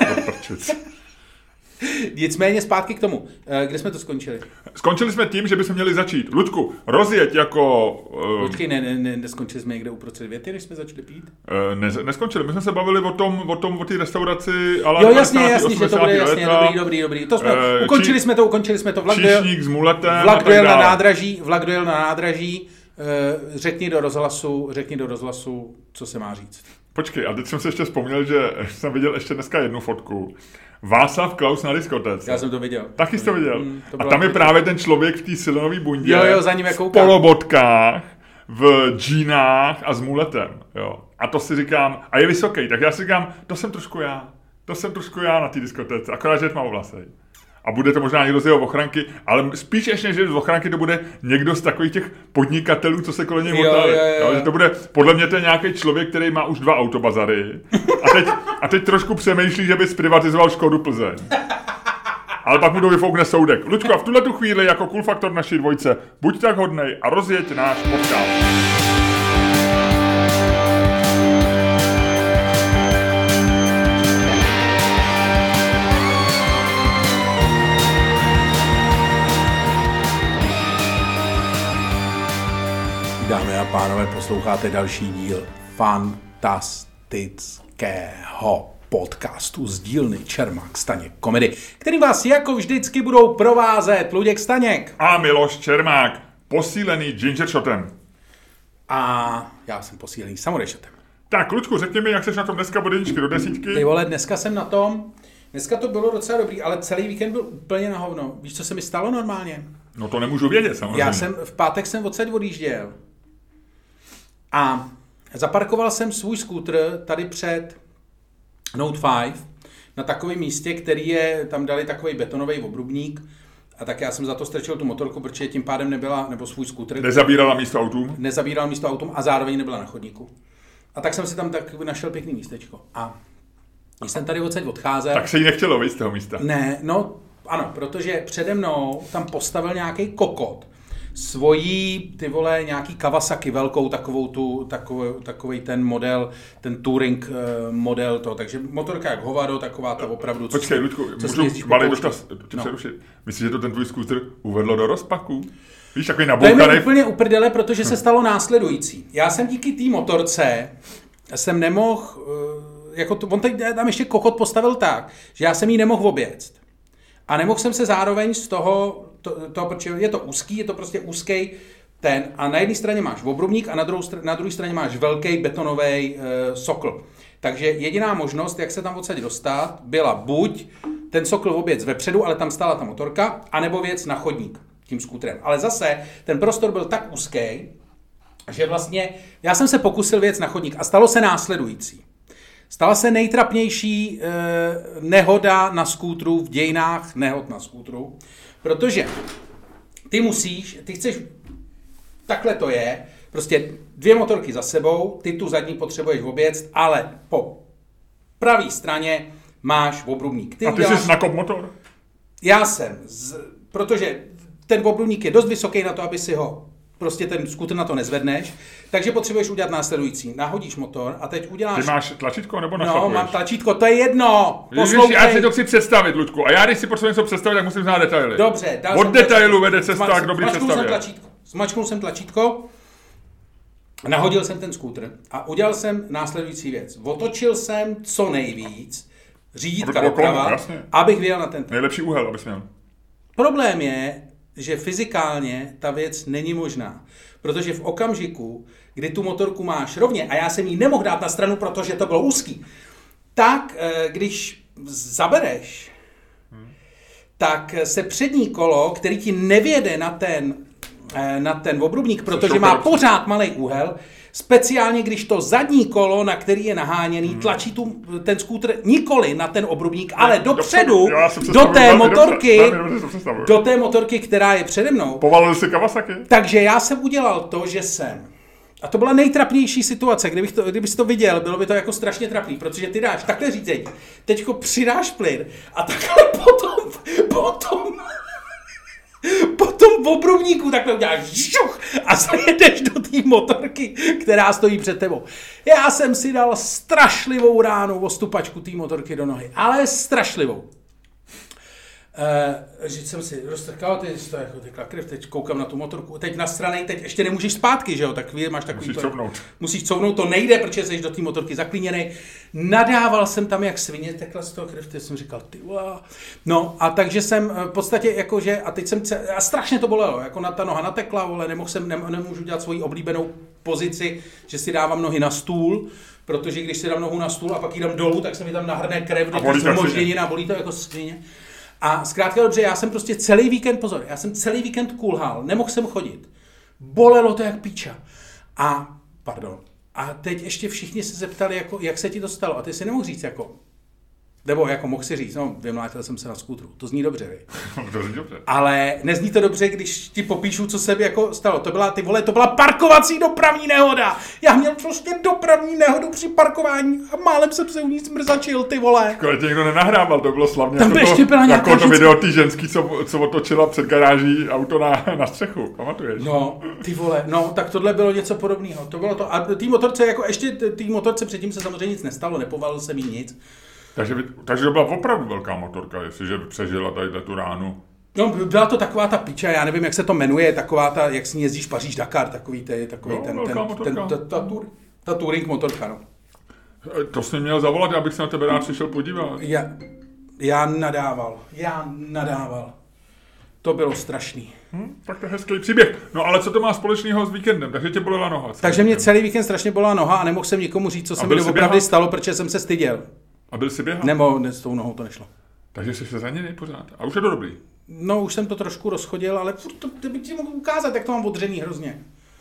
Nicméně zpátky k tomu. Kde jsme to skončili? Skončili jsme tím, že bychom měli začít. Ludku, rozjeď jako... Uh... Počkej, ne, ne, ne, neskončili jsme někde uprostřed věty, než jsme začali pít? Uh, ne, neskončili. My jsme se bavili o tom, o tom, o té restauraci... Ale jo, jasně, jasně, že to bude jasně, leta. dobrý, dobrý, dobrý. To jsme, uh, ukončili či, jsme to, ukončili jsme to. Vlak Číšník s muletem Vlak dojel na nádraží, vlak dojel na nádraží. Uh, řekni do rozhlasu, řekni do rozhlasu, co se má říct. Počkej, a teď jsem se ještě vzpomněl, že jsem viděl ještě dneska jednu fotku. Václav Klaus na diskotéce. Já jsem to viděl. Taky jsi to viděl. Mm, to a tam je právě ten člověk v té silenové bundě. Jo, jo, za ním v polobotkách, v džínách a s muletem. Jo. A to si říkám, a je vysoký, tak já si říkám, to jsem trošku já. To jsem trošku já na té diskotéce, akorát, že mám vlasej. A bude to možná někdo z jeho ochranky, ale spíš ještě než z ochranky to bude někdo z takových těch podnikatelů, co se kolem něj motali. Že to bude, podle mě to je nějaký člověk, který má už dva autobazary a teď, a teď trošku přemýšlí, že by zprivatizoval Škodu Plzeň. Ale pak mu to vyfoukne soudek. Luďko, a v tuhle tu chvíli jako cool faktor naší dvojce, buď tak hodnej a rozjeď náš podcast. Dámy a pánové, posloucháte další díl fantastického podcastu z dílny Čermák Staněk Komedy, který vás jako vždycky budou provázet Luděk Staněk a Miloš Čermák, posílený ginger shotem. A já jsem posílený Samurai shotem. Tak, Luďku, řekni mi, jak seš na tom dneska od jedničky do desítky? Ty vole, dneska jsem na tom, dneska to bylo docela dobrý, ale celý víkend byl úplně na hovno. Víš, co se mi stalo normálně? No to nemůžu vědět, samozřejmě. Já jsem, v pátek jsem odsaď odjížděl. A zaparkoval jsem svůj skútr tady před Note pět na takovém místě, který je, tam dali takový betonový obrubník a tak já jsem za to strčil tu motorku, protože tím pádem nebyla, nebo svůj skútr. Nezabírala místo autům? Nezabíral místo autům a zároveň nebyla na chodníku. A tak jsem si tam tak našel pěkný místečko. A když jsem tady odsaď odcházel... Tak se jí nechtělo vyjít z toho místa. Ne, no ano, protože přede mnou tam postavil nějaký kokot. Svojí, ty vole, nějaký Kawasaki velkou, takovou tu, takový, takový ten model, ten touring uh, model to, takže motorka jak hovado, taková ta opravdu... Počkej, Luďku, můžu malý dotaz tě no. přerušit. Myslíš, že to ten tvůj skútr uvedlo do rozpaku? Víš, takový naboukanej... To je mi úplně uprdele, protože se stalo následující. Já jsem díky té motorce, jsem nemohl, uh, jako to, on tady tam ještě kokot postavil tak, že já jsem jí nemohl oběct. A nemohl jsem se zároveň z toho, to, to, protože je to úzký, je to prostě úzký ten a na jedné straně máš obrubník a na, druhou, na druhé straně máš velký betonový e, sokl. Takže jediná možnost, jak se tam odsaď dostat, byla buď ten sokl oběc vepředu, ale tam stála ta motorka, anebo věc na chodník tím skútrem. Ale zase ten prostor byl tak úzký, že vlastně já jsem se pokusil věc na chodník a stalo se následující. Stala se nejtrapnější e, nehoda na skútru v dějinách nehod na skútru, protože ty musíš, ty chceš, takhle to je, prostě dvě motorky za sebou, ty tu zadní potřebuješ oběct, ale po pravé straně máš obrubník. Ty a ty uděláš, jsi na kop motor? Já jsem, z, protože ten obrubník je dost vysoký na to, aby si ho, prostě ten skútr na to nezvedneš, takže potřebuješ udělat následující. Nahodíš motor a teď uděláš... Ty máš tlačítko nebo No, našlapuješ? mám tlačítko, to je jedno. Ježiš, já si to chci představit, Luďku. A já když si potřebuji něco představit, tak musím znát detaily. Dobře. Dal Od jsem detailu tlačítko. vede cesta k dobrý Zmačknul jsem představě. tlačítko. Zmačknul jsem tlačítko, nahodil jsem ten skútr a udělal jsem následující věc. Otočil jsem co nejvíc, řídítka doprava, abych vyjel na ten. Nejlepší úhel, abys měl. Problém je, že fyzikálně ta věc není možná. Protože v okamžiku, kdy tu motorku máš rovně, a já jsem ji nemohl dát na stranu, protože to bylo úzký, tak když zabereš, hmm. tak se přední kolo, který ti nevěde na ten, na ten obrubník, protože má pořád malý úhel, speciálně když to zadní kolo, na který je naháněný, hmm. tlačí tu, ten skútr nikoli na ten obrubník, ale dopředu, do té motorky, do té motorky, která je přede mnou. Povalil si Kawasaki? Takže já jsem udělal to, že jsem, a to byla nejtrapnější situace, kdybych to, kdybys to viděl, bylo by to jako strašně trapný, protože ty dáš takhle řízení, teďko přidáš plyn a takhle potom, potom, potom v obrubníku takhle uděláš žuch a zajedeš do té motorky, která stojí před tebou. Já jsem si dal strašlivou ránu o stupačku té motorky do nohy, ale strašlivou. Uh, že jsem si roztrkal, teď to jako tekla krev, teď koukám na tu motorku, teď na strany, teď ještě nemůžeš zpátky, že jo, tak máš takový... Musíš to, couvnout. Musíš couvnout, to nejde, protože jsi do té motorky zaklíněnej. Nadával jsem tam jak svině, tekla z toho krev, teď jsem říkal, ty vole. No a takže jsem v podstatě jakože, a teď jsem, a strašně to bolelo, jako na ta noha natekla, ale nemohl jsem, ne, nemůžu dělat svoji oblíbenou pozici, že si dávám nohy na stůl, protože když si dám nohu na stůl a pak ji dám dolů, tak se mi tam nahrne krev do těch zmožděnin a bolí to jako svině. A zkrátka dobře, já jsem prostě celý víkend, pozor, já jsem celý víkend kulhal, nemohl jsem chodit. Bolelo to jak píča. A, pardon, a teď ještě všichni se zeptali, jako, jak se ti to stalo. A ty si nemohl říct, jako, nebo jako mohl si říct, no, vymlátil jsem se na skútru. To zní dobře, vy. To zní dobře. Ale nezní to dobře, když ti popíšu, co se jako stalo. To byla, ty vole, to byla parkovací dopravní nehoda. Já měl prostě dopravní nehodu při parkování a málem jsem se u ní zmrzačil, ty vole. Škoda, tě někdo nenahrával, to bylo slavně. Tam jako ještě byla to, jako to ženská... video ty ženský, co, co otočila před garáží auto na, na střechu, pamatuješ? No, ty vole, no, tak tohle bylo něco podobného. To bylo to. A té motorce, jako ještě té motorce předtím se samozřejmě nic nestalo, nepovalil se mi nic. Takže, by, takže to byla opravdu velká motorka, jestliže přežila tady tu ránu. No, byla to taková ta piča, já nevím, jak se to jmenuje, taková ta, jak s ní jezdíš Paříž-Dakar, takový, te, takový no, ten, ten, ten, ten, ta, ta, tur, ta touring motorka, no. To jsi měl zavolat, já bych se na tebe rád přišel podívat. Já, já nadával, já nadával. To bylo strašný. Hm, tak to je hezký příběh. No ale co to má společného s víkendem? Takže tě bolela noha. Takže mě celý víkend strašně bolela noha a nemohl jsem nikomu říct, co se mi doopravdy stalo, protože jsem se styděl. A byl jsi běhat? Nebo ne, s tou nohou to nešlo. Takže jsi se zraněný pořád. A už je to dobrý. No, už jsem to trošku rozchodil, ale to, to bych ti mohl ukázat, jak to mám odřený hrozně.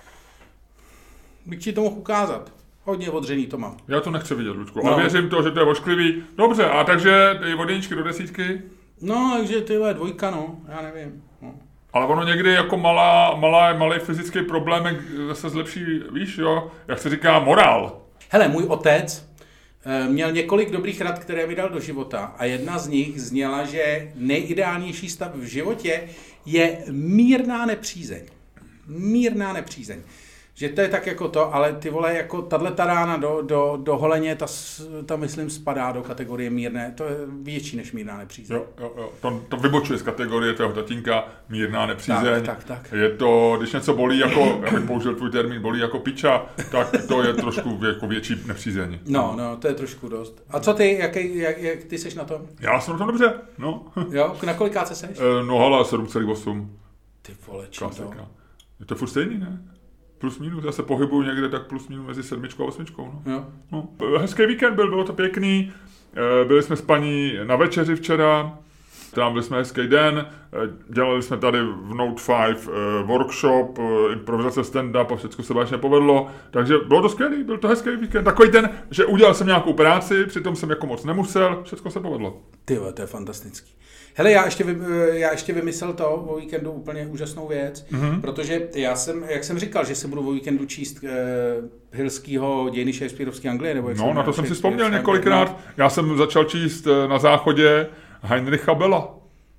Bych ti to mohl ukázat. Hodně odřený to mám. Já to nechci vidět, Luďku. No. A věřím to, že to je ošklivý. Dobře, a takže od jedničky do desítky? No, takže ty je dvojka, no. Já nevím. No. Ale ono někdy jako malá, malá, malý fyzický problém zase zlepší, víš, jo? Jak se říká, morál. Hele, můj otec měl několik dobrých rad, které mi dal do života a jedna z nich zněla, že nejideálnější stav v životě je mírná nepřízeň. Mírná nepřízeň. Že to je tak jako to, ale ty vole, jako tato rána do, do, do holeně, ta, ta myslím spadá do kategorie mírné, to je větší než mírná nepřízeň. Jo, jo, jo. To, to vybočuje z kategorie tvého tatínka, mírná nepřízeň. Tak, tak, tak. Je to, když něco bolí jako, já bych použil tvůj termín, bolí jako piča, tak to je trošku jako větší nepřízeň. No, no, to je trošku dost. A co ty, jak, jak, jak ty seš na tom? Já jsem na tom dobře, no. Jo, na kolikáce seš? No, ale sedm celá osm. Ty vole, čím to? Je to furt stejný, ne? Plus minus, já se pohybuju někde tak plus minus mezi sedmičkou a osmičkou. No. Jo. No. Hezký víkend byl, bylo to pěkný. Byli jsme s paní na večeři včera, trávili jsme hezký den, dělali jsme tady v Note pět workshop, improvizace stand-up a všechno se vážně povedlo, takže bylo to skvělý, byl to hezký víkend. Takový ten, že udělal jsem nějakou práci, přitom jsem jako moc nemusel, všechno se povedlo. Ty vole, to je fantastický. Hele, já ještě, vy, já ještě vymyslel to o víkendu úplně úžasnou věc, mm-hmm. protože já jsem, jak jsem říkal, že se budu o víkendu číst eh, Hillskýho dějiny Shakespeareovské Anglie. Nebo jak no, na to jsem si vzpomněl několikrát. Já jsem začal číst na záchodě Heinricha Bella.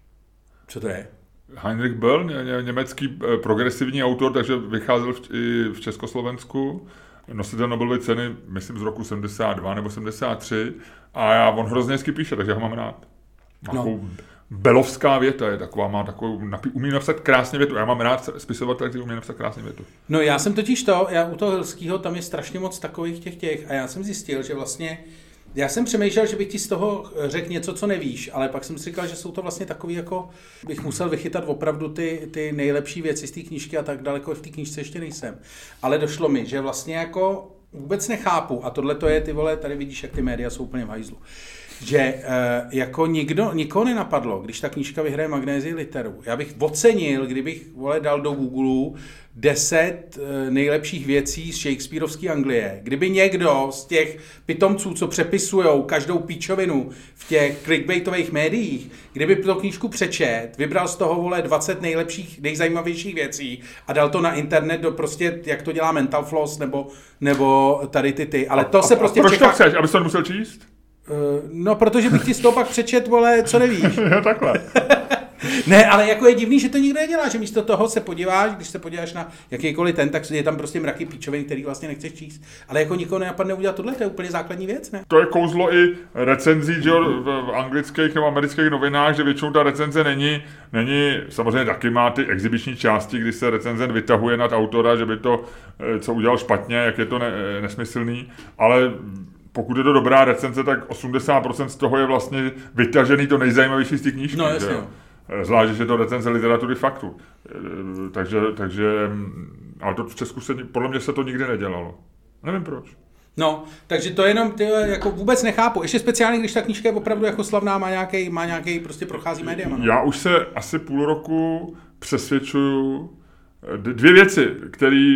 Co to je? Heinrich Bell, ně, ně, německý progresivní autor, takže vycházel v, i v Československu. Nositel Nobelovy ceny, myslím, z roku sedmdesát dva nebo sedmdesát tři. A já, on hrozně hezky píše, takže ho mám rád. No. Belovská věta je taková, má takovou, umí napsat krásně větu. Já mám rád spisovatel, který umí napsat krásně větu. No já jsem totiž to, já u toho Hillskýho, tam je strašně moc takových těch těch a já jsem zjistil, že vlastně, já jsem přemýšlel, že bych ti z toho řekl něco, co nevíš, ale pak jsem si říkal, že jsou to vlastně takový, jako bych musel vychytat opravdu ty, ty nejlepší věci z té knížky a tak daleko v té knížce ještě nejsem. Ale došlo mi, že vlastně jako vůbec nechápu, a tohle to je, ty vole, tady vidíš, jak ty média jsou úplně v hajzlu, že e, jako nikdo, nikoho nenapadlo, když ta knížka vyhraje Magnézii literu. Já bych ocenil, kdybych vole, dal do Google deset e, nejlepších věcí z Shakespeareovské Anglie. Kdyby někdo z těch pitomců, co přepisujou každou píčovinu v těch clickbaitových médiích, kdyby tu knížku přečet, vybral z toho vole dvacet nejlepších, nejzajímavějších věcí a dal to na internet do prostě, jak to dělá Mental Floss nebo, nebo tady ty ty. Ale to a, se a, prostě a proč čeká... to chceš, abys to nemusel číst? No, protože bych ti z toho pak přečet, vole, co nevíš. Jo, takhle. Ne, ale jako je divný, že to nikdo nedělá, že místo toho se podíváš, když se podíváš na jakýkoliv ten, tak je tam prostě mraky píčovin, který vlastně nechceš číst. Ale jako nikoho nenapadne udělat tohle, to je úplně základní věc, ne? To je kouzlo i recenzí, že v anglických nebo amerických novinách, že většinou ta recenze není, není, samozřejmě taky má ty exibiční části, kdy se recenzent vytahuje nad autora, že by to, co udělal špatně, jak je to ne, nesmyslný, ale pokud je to dobrá recenze, tak osmdesát procent z toho je vlastně vytažený to nejzajímavější z těch knížky. No, jasně. Zvlášť, že je to recenze literatury faktu. Takže, takže, ale to v Česku se, podle mě se to nikdy nedělalo. Nevím proč. No, takže to jenom, ty, jako vůbec nechápu. Ještě speciálně, když ta knížka je opravdu jako slavná, má nějaký, má nějaký, prostě prochází médiama. No? Já už se asi půl roku přesvědčuju, dvě věci, které,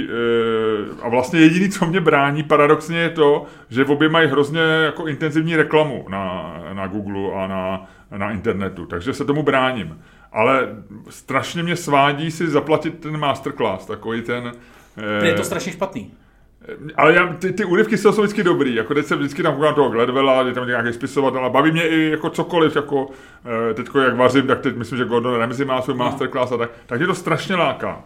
a vlastně jediný, co mě brání paradoxně je to, že v obě mají hrozně jako intenzivní reklamu na, na Google a na, na internetu, takže se tomu bráním. Ale strašně mě svádí si zaplatit ten masterclass, takový ten... Je to strašně špatný. Ale já, ty, ty úryvky jsou vždycky dobrý, jako teď se vždycky tam koukám toho Gladwella, je tam nějaký spisovatel a baví mě i jako cokoliv, jako teďko jak vařím, tak teď myslím, že Gordon Ramsay má svůj masterclass a tak, tak je to strašně láká.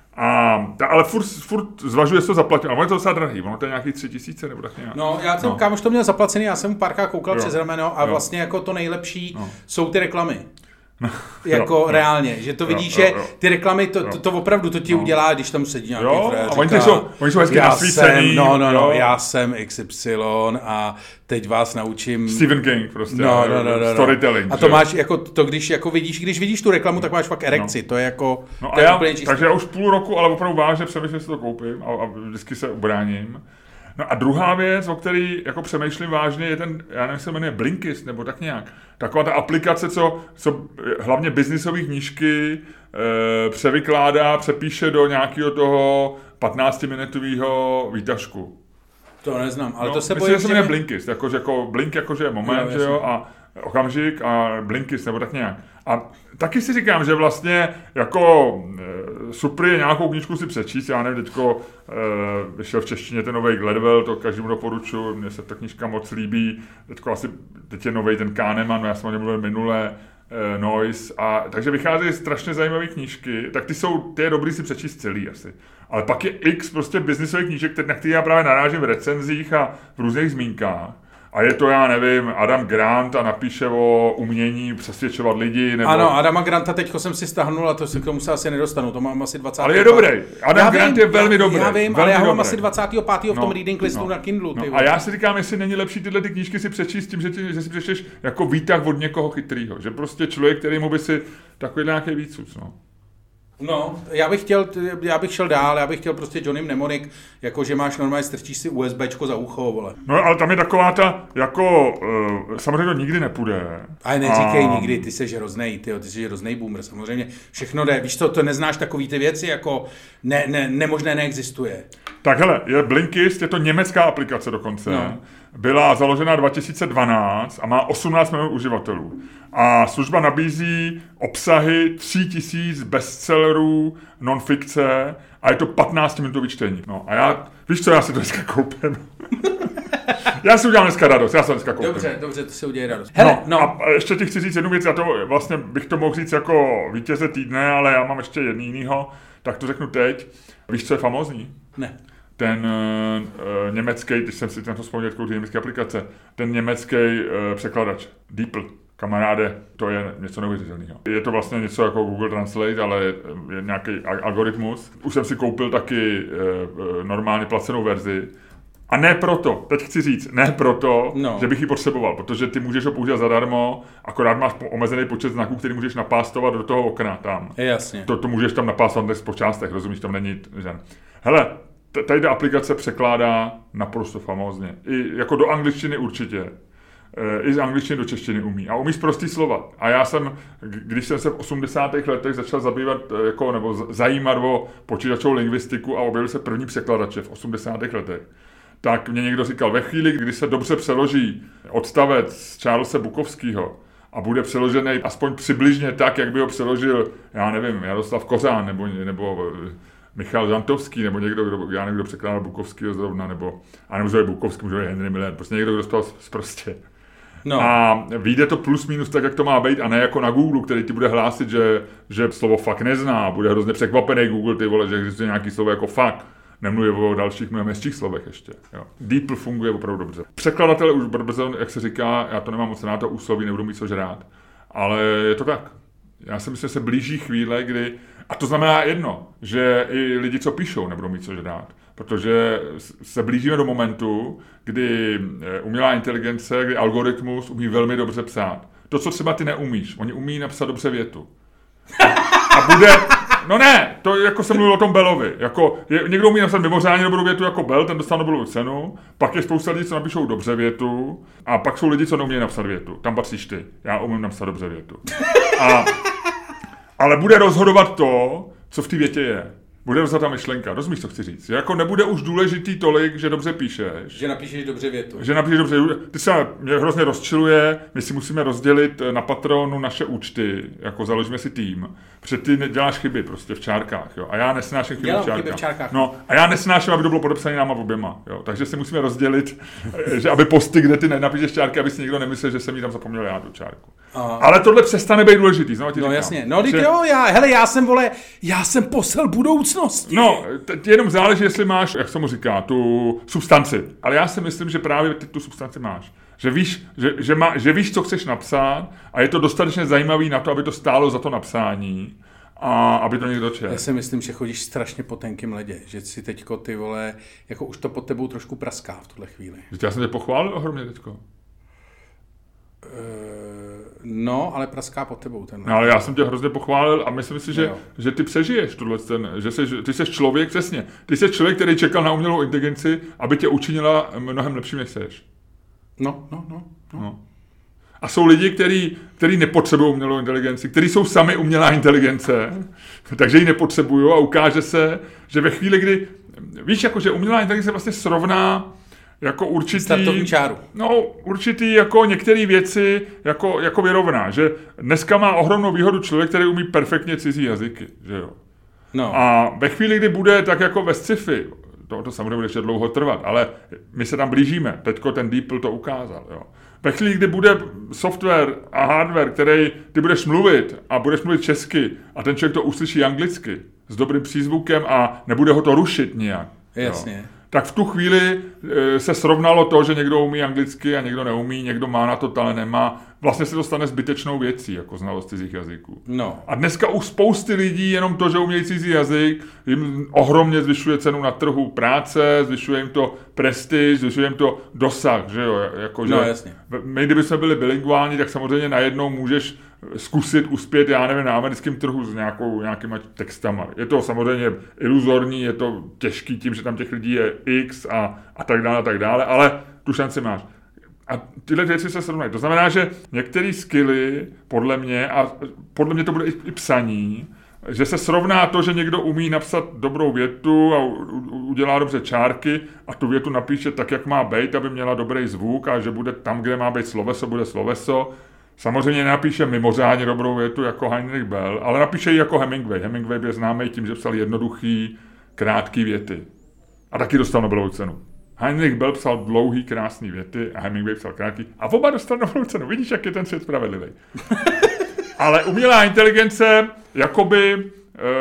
A, ta, ale furt, furt zvažuje se to zaplatit, ale ono je to docela drahý, ono to je nějaký tři tisíce nebo tak nějak. No, já jsem, no. kámoš to měl zaplacený, já jsem párkrát koukal jo. přes rameno a jo. vlastně jako to nejlepší no. jsou ty reklamy. No. Jako jo, reálně, že to vidíš, že ty reklamy, to, to, to opravdu to ti no. udělá, když tam sedí nějaký jo, frér, a oni jsou, oni jsou hezky nasvícený. No, no, no, já jsem X Y a teď vás naučím... Stephen King prostě, no, no, no, no, storytelling. A to že? máš, jako to když jako vidíš, když vidíš tu reklamu, tak máš fakt erekci, no. to je jako... No a já, takže já už půl roku, ale opravdu vážně přemýšlím, že si to koupím a, a vždycky se ubráním. No a druhá věc, o který jako přemýšlím vážně, je ten, já nevím, se jmenuje Blinkist, nebo tak nějak. Taková ta aplikace, co, co hlavně biznisové knížky e, převykládá, přepíše do nějakého toho patnáctiminutového výtažku. To neznám, ale no, to se myslím, bojím, že se jmenuje Blinkist, jako, jako Blink jakože je moment, no, že jo, a okamžik a Blinkist, nebo tak nějak. A taky si říkám, že vlastně jako e, super je nějakou knížku si přečíst, já nevím, teďko e, vyšel v češtině ten novej Gladwell, to každému doporučuji, mně se ta knížka moc líbí, teďko asi, teď je novej ten Kahneman, já jsem o něm mluvil minule, e, Noise, a takže vycházejí strašně zajímavé knížky, tak ty jsou, ty je dobrý si přečíst celý asi. Ale pak je x prostě biznisových knížek, na které já právě narážím v recenzích a v různých zmínkách. A je to, já nevím, Adam Grant a napíše o umění přesvědčovat lidi. Nebo... Ano, Adama Granta teďko jsem si stáhnul a to se k tomu se asi nedostanu, to mám asi dvacátého Ale je dobrý, Adam já Grant vím, je velmi já, dobrý. Já vím, ale já ho dobrý. mám asi dvacátého pátého v tom no, reading listu no, na Kindlu. No, a já si říkám, jestli není lepší tyhle ty knížky si přečíst tím, že, ti, že si přečteš jako výtah od někoho chytrýho. Že prostě člověk, který mu by si takový nějaký výcuc, no. No, já bych chtěl, já bych šel dál, já bych chtěl prostě Johnny Mnemonic, jako že máš normálně, strčíš si USBčko za ucho, vole. No, ale tam je taková ta, jako, uh, samozřejmě to nikdy nepůjde. Ale neříkej a... nikdy, ty jsi hroznej, ty, ty jsi hroznej boomer, samozřejmě všechno jde, víš co, to neznáš takový ty věci, jako ne, ne, nemožné neexistuje. Tak hele, je Blinkist, je to německá aplikace dokonce, no. Byla založena dva tisíce dvanáct a má osmnáct milionů uživatelů. A služba nabízí obsahy tři tisíce bestsellerů, non-fikce a je to patnáctiminutový čtení. No a já, víš co, já si to dneska koupím. Já si udělám dneska radost, já si dneska koupím. Dobře, dobře, to si udělej radost. Hele, no, no. A ještě ti chci říct jednu věc, já to vlastně bych to mohl říct jako vítěze týdne, ale já mám ještě jedný jinýho, tak to řeknu teď. Víš, co je famózní? Ne. Ten uh, německý, když jsem si tento vzpomněl, ty německé aplikace, ten německý uh, překladač, DeepL, kamaráde, to je něco neuvěřitelného. Je to vlastně něco jako Google Translate, ale je nějaký algoritmus. Už jsem si koupil taky uh, normálně placenou verzi. A ne proto, teď chci říct, ne proto, no. že bych ji potřeboval, protože ty můžeš ho používat zadarmo, akorát máš omezený počet znaků, který můžeš napástovat do toho okna tam. Jasně. To, to můžeš tam napástovat dnes po částech, rozumíš, tam není žen. Hele, tady ta aplikace překládá naprosto famózně. I jako do angličtiny určitě. I z angličtiny do češtiny umí. A umí prostý slova. A já jsem, když jsem se v osmdesátých letech začal zabývat, jako, nebo zajímat o počítačovou lingvistiku a objevil se první překladače v osmdesátých letech, tak mě někdo říkal, ve chvíli, kdy se dobře přeloží odstavec Charlese Bukowského a bude přeložený aspoň přibližně tak, jak by ho přeložil, já nevím, Jaroslav Kořán, nebo, nebo Michal Žantovský, nebo někdo, kdo, já nevím, kdo překládal Bukovského zrovna, nebo, a nebo je Bukovský, může je Henry Miller, prostě někdo, kdo dostal prostě. No. A vyjde to plus minus tak, jak to má být, a ne jako na Google, který ti bude hlásit, že, že slovo fakt nezná, bude hrozně překvapený Google, ty vole, že existuje nějaký slovo jako fakt. Nemluvím o dalších mnohem menších slovech ještě. Jo. DeepL funguje opravdu dobře. Překladatelé už brzo, jak se říká, já to nemám moc na to úsloví, nebudu mít co žrát, ale je to tak. Já si myslím, že se blíží chvíle, kdy, a to znamená jedno, že i lidi, co píšou, nebudou mít co žrát, protože se blížíme do momentu, kdy umělá inteligence, kdy algoritmus umí velmi dobře psát. To, co třeba ty neumíš, oni umí napsat dobře větu. A bude... No ne, to jako jsem mluvil o tom Bellovi. Jako, je, někdo umí napsat mimořádně dobrou větu jako Bell, ten dostal Nobelovu cenu, pak je spousta lidí, co napíšou dobře větu, a pak jsou lidi, co neumějí napsat větu. Tam patříš ty. Já umím napsat dobře větu. A, ale bude rozhodovat to, co v té větě je. Bude rozhodovat ta myšlenka. Rozumíš, co chci říct? Jako nebude už důležitý tolik, že dobře píšeš. Že napíšeš dobře větu. Že napíšeš dobře. Ty se mě hrozně rozčiluje, my si musíme rozdělit na Patronu naše účty, jako založíme si tým. Protože ty děláš chyby prostě v čárkách, jo. A já nesnáším chyby, v čárkách. chyby v čárkách. No, a já nesnáším, aby to bylo podepsané náma oběma, jo. Takže si musíme rozdělit, že aby posty, kde ty nenapíšeš čárky, aby si někdo nemyslel, že jsem jí tam zapomněl já tu čárku. A... Ale tohle přestane být důležitý, znovu ti No říkám. jasně. No, že... jo, já, hele, já jsem, vole, já jsem posel budoucnosti. No, t- jenom záleží, jestli máš, jak se mu říká, tu substanci. Ale já si myslím, že právě ty tu substanci máš. Že víš, že, že, má, že víš, co chceš napsat, a je to dostatečně zajímavý na to, aby to stálo za to napsání a aby to někdo četl. Já si myslím, že chodíš strašně po tenkým ledě, že si teďko, ty vole, jako už to pod tebou trošku praská v tuhle chvíli. Já jsem tě pochválil ohromně teďko. No, ale praská pod tebou ten. No, ale já jsem tě hrozně pochválil a myslím si, že, no. že ty přežiješ tuhle ten, že jsi, ty jsi člověk, přesně, ty jsi člověk, který čekal na umělou inteligenci, aby tě učinila mnohem lepším, než seš. No, no, no. no. no. A jsou lidi, kteří, kteří nepotřebují umělou inteligenci, kteří jsou sami umělá inteligence, takže ji nepotřebují, a ukáže se, že ve chvíli, kdy, víš, jako, že umělá inteligence vlastně srovná jako určitý, startovní čáru. No, určitý jako některé věci jako, jako vyrovná, že dneska má ohromnou výhodu člověk, který umí perfektně cizí jazyky, že jo. No. A ve chvíli, kdy bude tak jako ve sci-fi, to, to samozřejmě bude ještě dlouho trvat, ale my se tam blížíme, teďko ten DeepL to ukázal, jo. Ve chvíli, kdy bude software a hardware, který ty budeš mluvit a budeš mluvit česky a ten člověk to uslyší anglicky s dobrým přízvukem a nebude ho to rušit nijak. Jasně. Jo. Tak v tu chvíli e, se srovnalo to, že někdo umí anglicky a někdo neumí, někdo má na to, ale nemá. Vlastně se to stane zbytečnou věcí, jako znalost cizích jazyků. No. A dneska u spousty lidí jenom to, že umějí cizí jazyk, jim ohromně zvyšuje cenu na trhu práce, zvyšuje jim to prestiž, zvyšuje jim to dosah, že jo. Jako, že no, jasně. My, kdyby jsme byli bilingvální, tak samozřejmě najednou můžeš zkusit uspět, já nevím, na americkém trhu s nějakou, nějakýma textama. Je to samozřejmě iluzorní, je to těžký tím, že tam těch lidí je X a, a tak dále, a tak dále, ale tu šanci máš. A tyhle věci se srovnají. To znamená, že některé skilly, podle mě, a podle mě to bude i, i psaní, že se srovná to, že někdo umí napsat dobrou větu a udělá dobře čárky a tu větu napíše tak, jak má být, aby měla dobrý zvuk a že bude tam, kde má být sloveso, bude sloveso. Samozřejmě nenapíše mimořádně dobrou větu jako Heinrich Böll, ale napíše ji jako Hemingway. Hemingway je známý tím, že psal jednoduchý, krátký věty. A taky dostal Nobelovu cenu. Heinrich Böll psal dlouhý, krásný věty a Hemingway psal krátký. A oba dostali Nobelovu cenu. Vidíš, jak je ten svět spravedlivý. Ale umělá inteligence jakoby e,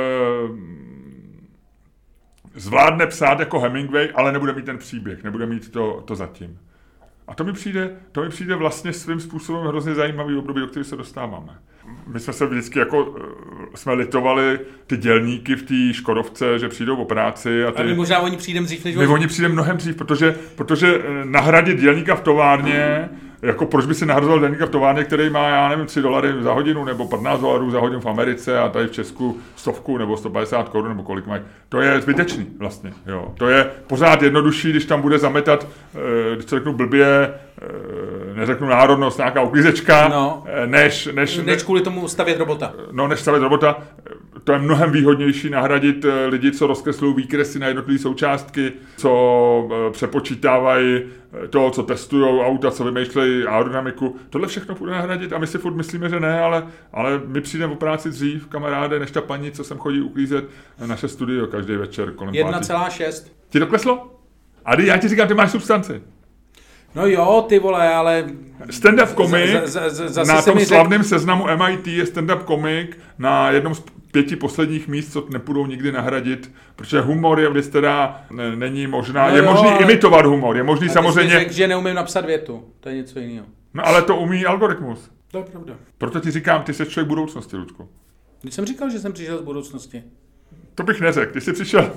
zvládne psát jako Hemingway, ale nebude mít ten příběh, nebude mít to, to zatím. A to mi přijde, to mi přijde vlastně svým způsobem hrozně zajímavý období, do kterého se dostáváme. My jsme se vždycky jako, jsme litovali ty dělníky v té Škodovce, že přijdou o práci. A, ty, a my možná oni přijdeme dřív, než my oni přijdeme mnohem dřív, protože, protože nahradit dělníka v továrně, jako proč by si nahrazoval dělníka v továrně, který má, já nevím, tři dolary za hodinu nebo patnáct dolarů za hodinu v Americe a tady v Česku stovku nebo sto padesát korun nebo kolik mají. To je zbytečný vlastně. Jo. To je pořád jednodušší, když tam bude zametat, když to řeknu blbě, neřeknu národnost, nějaká uklízečka, no. než, než, než kvůli tomu stavět robota. No, než stavět robota. To je mnohem výhodnější nahradit lidi, co rozkreslují výkresy na jednotlivé součástky, co přepočítávají to, co testují auta, co vymýšlejí aerodynamiku. Tohle všechno půjde nahradit a my si furt myslíme, že ne, ale, ale my přijdeme o práci dřív, kamaráde, než ta paní, co sem chodí uklízet naše studio každý večer kolem pátý. jedna celá šest. Ti to kleslo? A já ti říkám, ty máš substanci. No jo, ty vole, ale... Stand-up komik, z, z, z, na tom řek... slavném seznamu M I T je stand-up komik na jednom z pěti posledních míst, co nepůjdou nikdy nahradit, protože humor je vždyť teda ne, není možná, no je jo, možný ale... imitovat humor, je možný a samozřejmě... A řekl, že neumím napsat větu, to je něco jiného. No ale to umí algoritmus. To je pravda. Proto ti říkám, ty jsi člověk budoucnosti, Luďku. Když jsem říkal, že jsem přišel z budoucnosti. To bych neřekl, ty jsi přišel,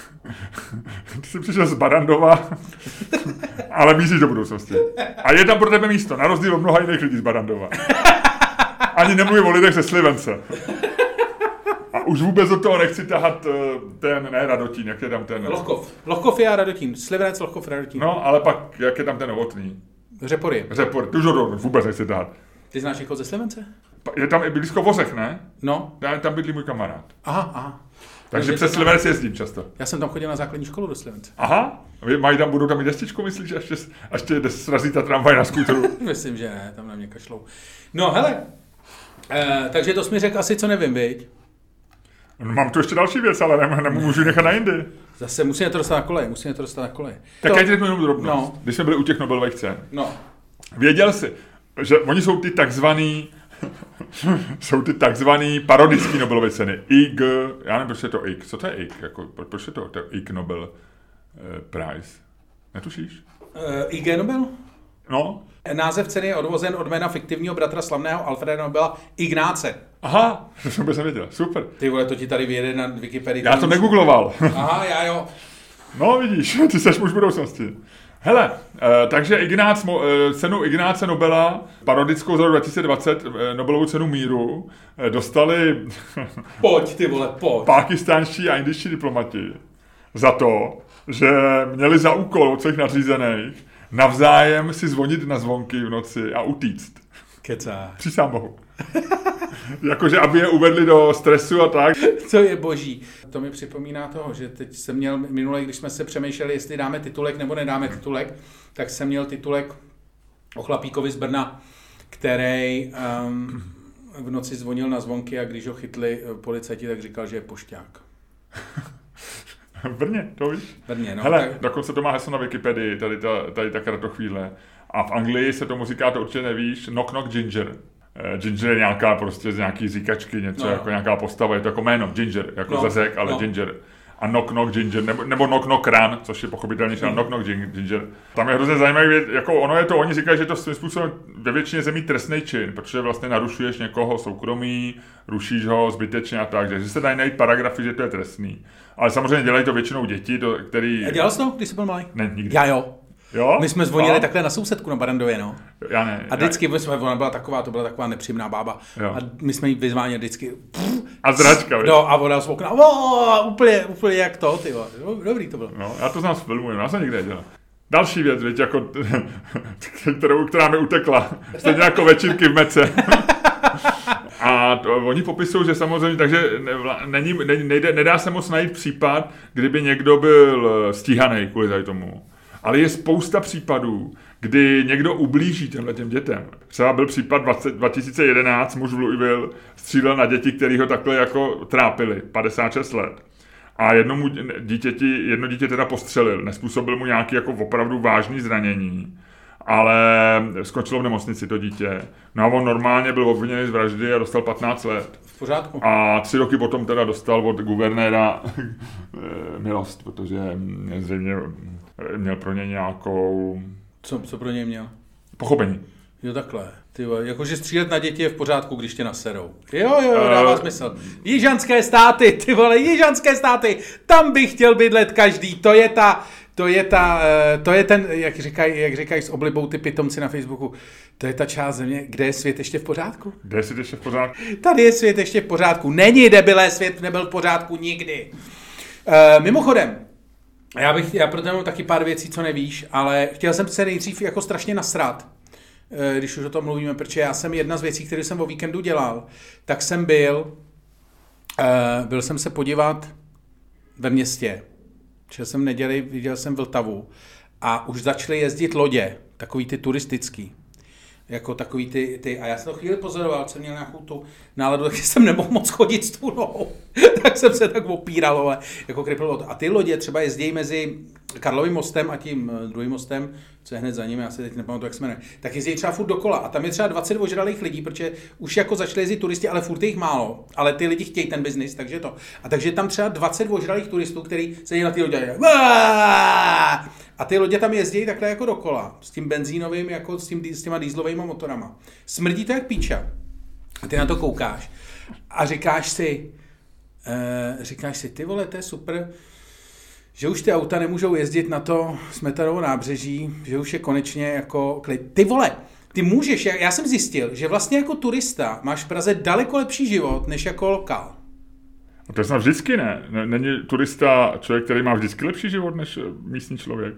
ty jsi přišel z Barandova, ale míříš do budoucnosti. A je tam pro tebe místo, na rozdíl od mnoha jiných lidí z Barandova. Ani nemluvím o lidech ze Slivence. A už vůbec do toho nechci tahat ten, ne Radotín, jak je tam ten... Lohkov. Lohkov je a Radotín. Slivenec, Lohkov, Radotín. No, ale pak, jak je tam ten Novotný? Řepory. Řepory, tu žodou vůbec nechci tahat. Ty znáš někoho ze Slivence? Je tam i blízko Vozech, ne? No. Tam bydlí můj kamarád. Aha, aha. Takže přes Slivenec jezdím často. Já jsem tam chodil na základní školu do Slivence. Aha, mají tam, budou tam mít destičku, myslíš, až tě, až tě srazí ta tramvaj na skútru? Myslím, že ne, tam na mě kašlou. No hele, e, takže to jsi mi řekl asi, co nevím, viď? No, mám tu ještě další věc, ale nemůžu, nemůžu nechat na jindy. Zase musíme to dostat na koleje, musíme to dostat na koleje. Tak to... já ti řeknu jenom drobnost, no. Když jsme byli u těch Nobelových cen. No. Věděl jsi, že oni jsou ty takzvaný jsou ty takzvaný parodický Nobelovy ceny. I G, já nevím, proč je to I G. Co to je I G? Jako, proč je to, to I G Nobel eh, Prize? Netušíš? Uh, I G Nobel? No. Název ceny je odvozen od jména fiktivního bratra slavného Alfreda Nobela Ignáce. Aha, to jsem vůbec nevěděl. Super. Ty vole, to ti tady vyjede na Wikipedii. Já to negoogloval. Aha, já jo. No vidíš, ty seš muž budoucnosti. Hele, eh, takže Ignác, eh, cenu Ignáce Nobela, parodickou za rok dva tisíce dvacet, eh, Nobelovu cenu míru, eh, dostali pojď, ty vole, pojď. pákistánští a indičtí diplomati za to, že měli za úkol od svých nadřízených navzájem si zvonit na zvonky v noci a utíct. Kecá. Přísám Bohu. Jakože, aby je uvedli do stresu a tak. Co je boží. To mi připomíná toho, že teď jsem měl minule, když jsme se přemýšleli, jestli dáme titulek nebo nedáme titulek, tak jsem měl titulek o chlapíkovi z Brna, který um, v noci zvonil na zvonky a když ho chytli policajti, tak říkal, že je pošťák. V Brně, to víš? V Brně, no. Hele, tak... dokonce to má heslo na Wikipedii, tady ta, tady ta kratochvíle. A v Anglii se tomu říká, to určitě nevíš, knock knock ginger. Ginger je nějaká prostě z nějaký říkačky, něco no. Jako nějaká postava, je to jako jméno, ginger, jako no. zezek, ale no. Ginger. A knock knock ginger, nebo, nebo knock knock run, což je pochopitelnější, mm. knock knock ginger. Tam je hrozně zajímavý, jako ono je to, oni říkají, že to svým způsobem ve většině zemí trestný čin, protože vlastně narušuješ někoho soukromí, rušíš ho zbytečně a tak, že se dají najít paragrafy, že to je trestný. Ale samozřejmě dělají to většinou děti, to, který... A dělal jsi to, když jsi byl malý? Ne, nikdy. Já jo. Jo? My jsme zvonili no. takhle na sousedku na Barandově, no. Já ne. A vždycky, já... jsme, ona byla taková, to byla taková nepříjemná bába. Jo. A my jsme jí vyzváněli vždycky. Pff, a zračka, víš? No a ona z okna, o, úplně, úplně jak to, ty vole. Dobrý to bylo. No, já to znám z filmu, já jsem nikde nedělal. Další věc, víš, jako, kterou, která mi utekla. Stejně jako večírky v Mece. A to, oni popisují, že samozřejmě, takže není, nejde, nedá se moc najít případ, kdyby někdo byl stíhaný kvůli tady tomu. Ale je spousta případů, kdy někdo ublíží těmhle těm dětem. Třeba byl případ dva tisíce jedenáct, muž v Louisville střílel na děti, který ho takhle jako trápili, padesát šest let. A jednomu dítěti, jedno dítě teda postřelil, nespůsobil mu nějaké jako opravdu vážné zranění, ale skončilo v nemocnici to dítě. No a on normálně byl obviněný z vraždy a dostal patnáct let. V pořádku. A tři roky potom teda dostal od guvernéra milost, protože zřejmě měl pro ně nějakou... Co, co pro něj měl? Pochopení. Jo, takhle. Ty vole, jakože střílet na děti je v pořádku, když tě naserou. Jo, jo, jo, dává uh, smysl. Jižanské státy, ty vole, jižanské státy, tam bych chtěl bydlet každý, to je ta, to je ta, to je ten, jak říkají, jak říkají s oblibou ty pitomci na Facebooku, to je ta část země, kde je svět ještě v pořádku. Kde je svět ještě v pořádku? Tady je svět ještě v pořádku. Není, debilé, svět nebyl v pořádku nikdy. Uh, mimochodem, já bych, já proto mám taky pár věcí, co nevíš, ale chtěl jsem se nejdřív jako strašně nasrat, když už o tom mluvíme, protože já jsem jedna z věcí, které jsem o víkendu dělal, tak jsem byl, byl jsem se podívat ve městě, šel jsem neděli, viděl jsem Vltavu a už začaly jezdit lodě, takový ty turistický, jako takový ty, ty, a já jsem to chvíli pozoroval, jsem měl nějakou tu náladu, tak jsem nemohl moc chodit s tu nohou, tak jsem se tak opíral, ale jako kripl. A ty lodě třeba jezdí mezi Karlovým mostem a tím druhým mostem, co je hned za ním, já si teď nepamatuji, jak se jmenuje, tak jezdí třeba furt dokola a tam je třeba dvacet ožralých lidí, protože už jako začali jezdit turisti, ale furt je jich málo, ale ty lidi chtějí ten biznis, takže to. A takže tam třeba dvacet ožralých turistů, kteří sedí na ty lodě a ty lodě tam jezdí takhle jako dokola, s tím benzínovým, jako s, tím, s těma dýzlovými motorama. Smrdí to jak píča. A ty na to koukáš a říkáš si, uh, říkáš si, ty vole, to je super, že už ty auta nemůžou jezdit na to Smetarovo nábřeží, že už je konečně jako klid. Ty vole, ty můžeš, já, já jsem zjistil, že vlastně jako turista máš v Praze daleko lepší život, než jako lokál. A to je snad vždycky ne. Není turista člověk, který má vždycky lepší život, než místní člověk?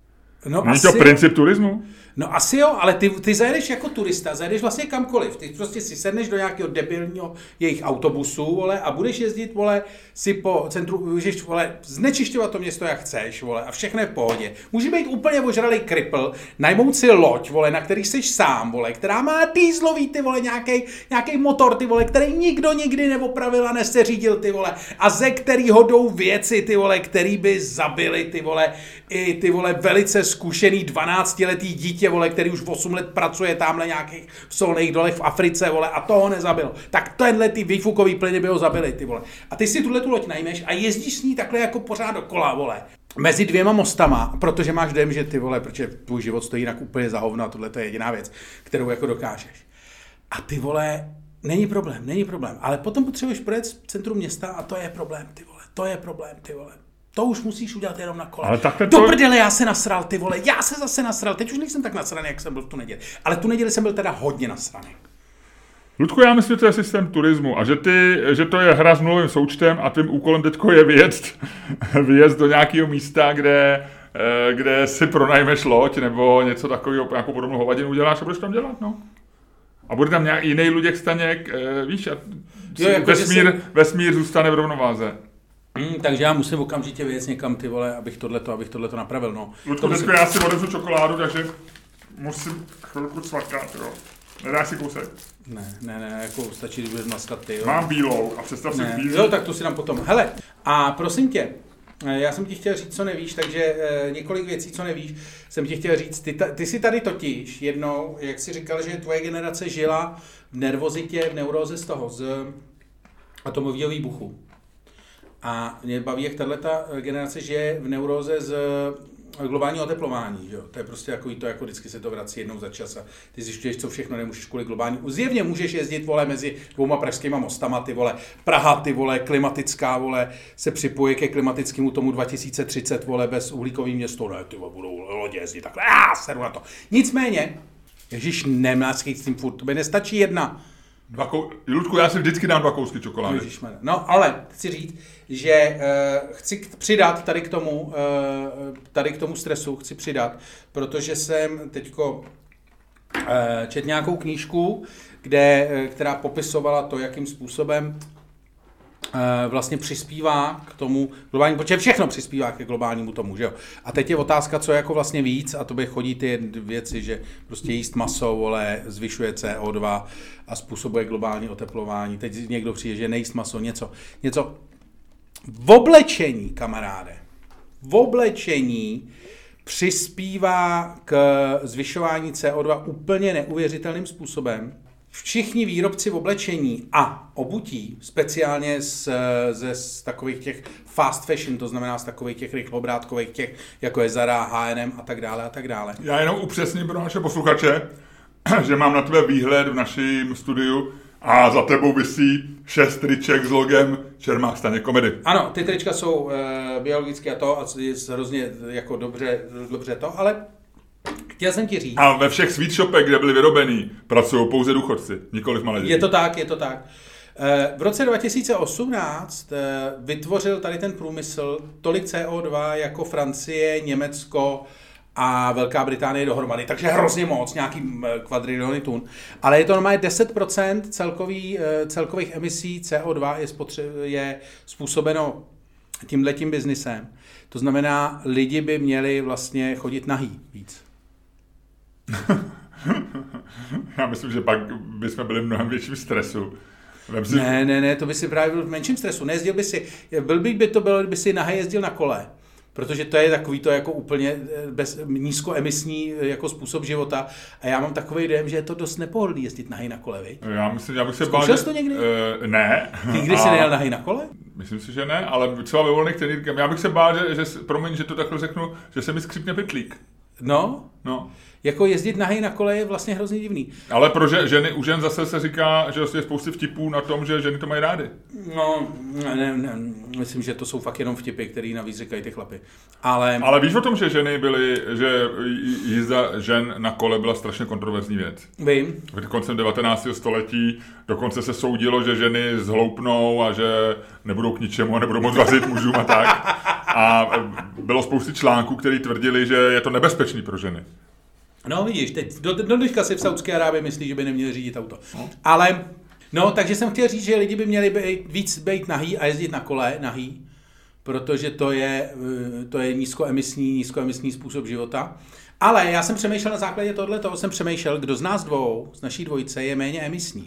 No Není to princip turismu? No asi jo, ale ty, ty zajedeš jako turista, zajedeš vlastně kamkoliv. Ty prostě si sedneš do nějakého debilního jejich autobusu, vole, a budeš jezdit, vole, si po centru, můžeš, vole, znečišťovat to město, jak chceš, vole, a všechno je v pohodě. Může být úplně ožralý kripl, najmout si loď, vole, na který jsi sám, vole, která má dýzlový, ty vole, nějaký nějaký motor, ty vole, který nikdo nikdy neopravil a neseřídil, ty vole, a ze kterýho jdou věci, ty vole, který by zabili, ty vole, i ty vole, velice zkušený dvanáctiletý dítě, vole, který už osm let pracuje tamhle nějakých solných dolech v Africe, vole, a toho nezabilo. Tak tenhle ty výfukový plyny by ho zabili, ty vole. A ty si tuhle tu loď najmeš a jezdíš s ní takhle jako pořád dokola, vole. Mezi dvěma mostama, protože máš dojem, že ty vole, protože tvůj život stojí jinak úplně za hovno a tohle to je jediná věc, kterou jako dokážeš. A ty vole, není problém, není problém, ale potom potřebuješ projet v centru města a to je problém, ty vole, to je problém, ty vole. To už musíš udělat jenom na kole. To... Do prdele, já se nasral, ty vole, já se zase nasral. Teď už nejsem tak nasraný, jak jsem byl v tu neděli. Ale tu neděli jsem byl teda hodně nasraný. Ludku, já myslím, že to je systém turismu a že, ty, že to je hra s nulovým součtem a tvým úkolem teďko je vyjet, vyjet do nějakého místa, kde, kde si pronajmeš loď nebo něco takového, nějakou podobnou hovadinu uděláš a budeš tam dělat, no. A bude tam nějaký jiný Luděk Staněk, víš, a jo, jako vesmír, jsem... vesmír zůstane v rovnováze. Hmm, takže já musím okamžitě vyjet někam, ty vole, abych tohleto, abych tohleto napravil, no. Ludku, musím... já si odevřu čokoládu, takže musím chvilku cvakat, jo. Nedáš si kousek? Ne, ne, ne, jako stačí, když budeš maskat ty, jo. Mám bílou a představ si bílou. Jo, tak to si dám potom. Hele, a prosím tě, já jsem ti chtěl říct, co nevíš, takže e, několik věcí, co nevíš, jsem ti chtěl říct. Ty, ta, ty jsi tady totiž jednou, jak jsi říkal, že tvoje generace žila v nervozitě, v neuróze z toho, z atomového výbuchu. A mě baví, jak tato generace žije v neuróze z globální oteplování, jo. To je prostě jako to, jako vždycky se to vrací jednou za čas a ty zjišťuješ, co všechno nemůžeš kvůli globální. Zjevně můžeš jezdit, vole, mezi dvouma pražskýma mostama, ty vole, Praha, ty vole, klimatická, vole, se připojí ke klimatickému tomu dva tisíce třicet, vole, bez uhlíkový město, ne, ty vole, budou lodě jezdit takhle, já seru na to. Nicméně, ježiš, nemláckej s tím furt, to by nestačí jedna. Dva kou... Ludku, já si vždycky dám dva kousky čokolády. Ježišmane. No, ale chci říct, že uh, chci přidat tady k tomu, uh, tady k tomu stresu, chci přidat, protože jsem teďko uh, četl nějakou knížku, kde, uh, která popisovala to, jakým způsobem uh, vlastně přispívá k tomu globálnímu, protože všechno přispívá ke globálnímu tomu, že jo. A teď je otázka, co je jako vlastně víc, a to by chodí ty věci, že prostě jíst maso, vole, zvyšuje C O dva a způsobuje globální oteplování. Teď někdo přijde, že nejíst maso, něco, něco. V oblečení, kamaráde, v oblečení přispívá k zvyšování C O dva úplně neuvěřitelným způsobem. Všichni výrobci v oblečení a obutí, speciálně z, ze z takových těch fast fashion, to znamená z takových těch rychlobrátkových těch, jako je Zara, H and M a tak dále a tak dále. Já jenom upřesním pro naše posluchače, že mám na tebe výhled v našem studiu a za tebou visí šest triček s logem Čermák Staněk Komedy. Ano, ty trička jsou e, biologické a to, a je hrozně jako dobře, dobře to, ale chtěl jsem ti říct. A ve všech sweet shopech, kde byly vyrobený, pracují pouze důchodci, nikoliv malé děti. Je to tak, je to tak. V roce dva tisíce osmnáct vytvořil tady ten průmysl tolik C O dva jako Francie, Německo a Velká Británie dohromady, takže hrozně moc, nějaký kvadriliony tun. Ale je to normálně deset procent celkový, celkových emisí C O dva je, spotře- je způsobeno tímhletím biznisem. To znamená, lidi by měli vlastně chodit nahý víc. Já myslím, že pak bychom byli v mnohem větším stresu. Si... Ne, ne, ne, to by si právě byl v menším stresu. Nejezdil by si, byl by, by to bylo, kdyby si nahý jezdil na kole. Protože to je takový to jako úplně bez, nízkoemisní jako způsob života. A já mám takový dojem, že je to dost nepohodlný jezdit nahý na kole, viď? Já myslím, já bych se bál, jsi to někdy? Uh, ne. Ty kdy jsi nejel nahý na kole? Myslím si, že ne, ale třeba ve volných trenýrkách. Já bych se bál, že, že, promiň, že to takhle řeknu, že se mi skřípne pytlík. No? No. Jako jezdit nahej na kole je vlastně hrozně divný. Ale pro ženy, u žen zase se říká, že je spousty vtipů na tom, že ženy to mají rády. No, ne, ne, myslím, že to jsou fakt jenom vtipy, který navíc říkají ty chlapy. Ale... Ale víš o tom, že ženy byly, že jízda žen na kole byla strašně kontroverzní věc. Vím. V koncem devatenáctého století dokonce se soudilo, že ženy zhloupnou a že nebudou k ničemu a nebudou moc vařit mužům a tak. A bylo spousty článků, který tvrdili, že je to nebezpečný pro ženy. No vidíš, teď do, do dneška si v Saudské Arábii myslí, že by neměli řídit auto. Ale, no, takže jsem chtěl říct, že lidi by měli být, víc být nahý a jezdit na kole nahý, protože to je, to je nízkoemisní, nízkoemisní způsob života. Ale já jsem přemýšlel na základě tohle, toho jsem přemýšlel, kdo z nás dvou, z naší dvojice, je méně emisní.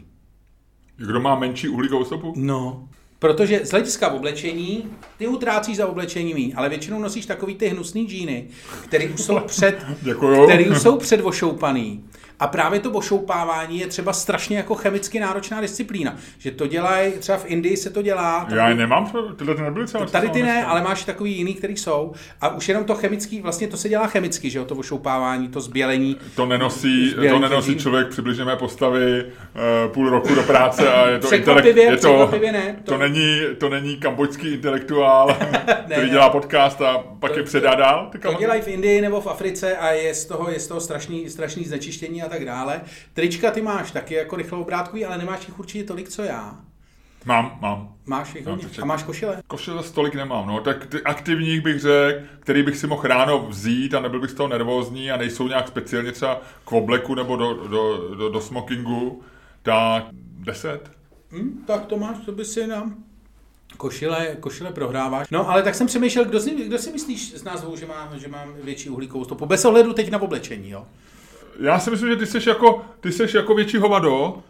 Kdo má menší uhlíkovou stopu? No, protože z hlediska oblečení, ty utrácíš za oblečení míň, ale většinou nosíš takový ty hnusný džíny, který už jsou před, který už jsou předvošoupaný. A právě to ošoupávání je třeba strašně jako chemicky náročná disciplína. Že to dělají, třeba v Indii se to dělá. Já je nemám, tyhle to nebyly celé. Tady ty ne, ale máš takový jiný, který jsou. A už jenom to chemický, vlastně to se dělá chemicky, že jo, to ošoupávání, to zbělení. To nenosí, to nenosí člověk přibližně mé postavy uh, půl roku do práce a je to překvapivě, intelekt, je to, ne. To, to, není, to není kambodžský intelektuál, který dělá podcast a pak to, je předá dál. To dělají v Indii nebo v Africe a je z toho, je z toho strašný, strašný znečištění a tak dále. Trička ty máš taky jako rychlobrátkový, ale nemáš jich určitě tolik, co já. Mám, mám. Máš jich hodně. A máš košile? Košile zase tolik nemám, no. Tak ty aktivních bych řekl, který bych si mohl ráno vzít a nebyl bych z toho nervózní a nejsou nějak speciálně třeba k obleku nebo do, do, do, do smokingu, tak deset. Hmm, tak to máš, to by si nám... Košile, košile prohráváš. No, ale tak jsem přemýšlel, kdo si, kdo si myslíš z nás dvou, že má, že mám větší uhlíkovou stopu? Bez ohledu teď na oblečení, jo? Já si myslím, že ty jsi jako, ty jsi jako větší hovado,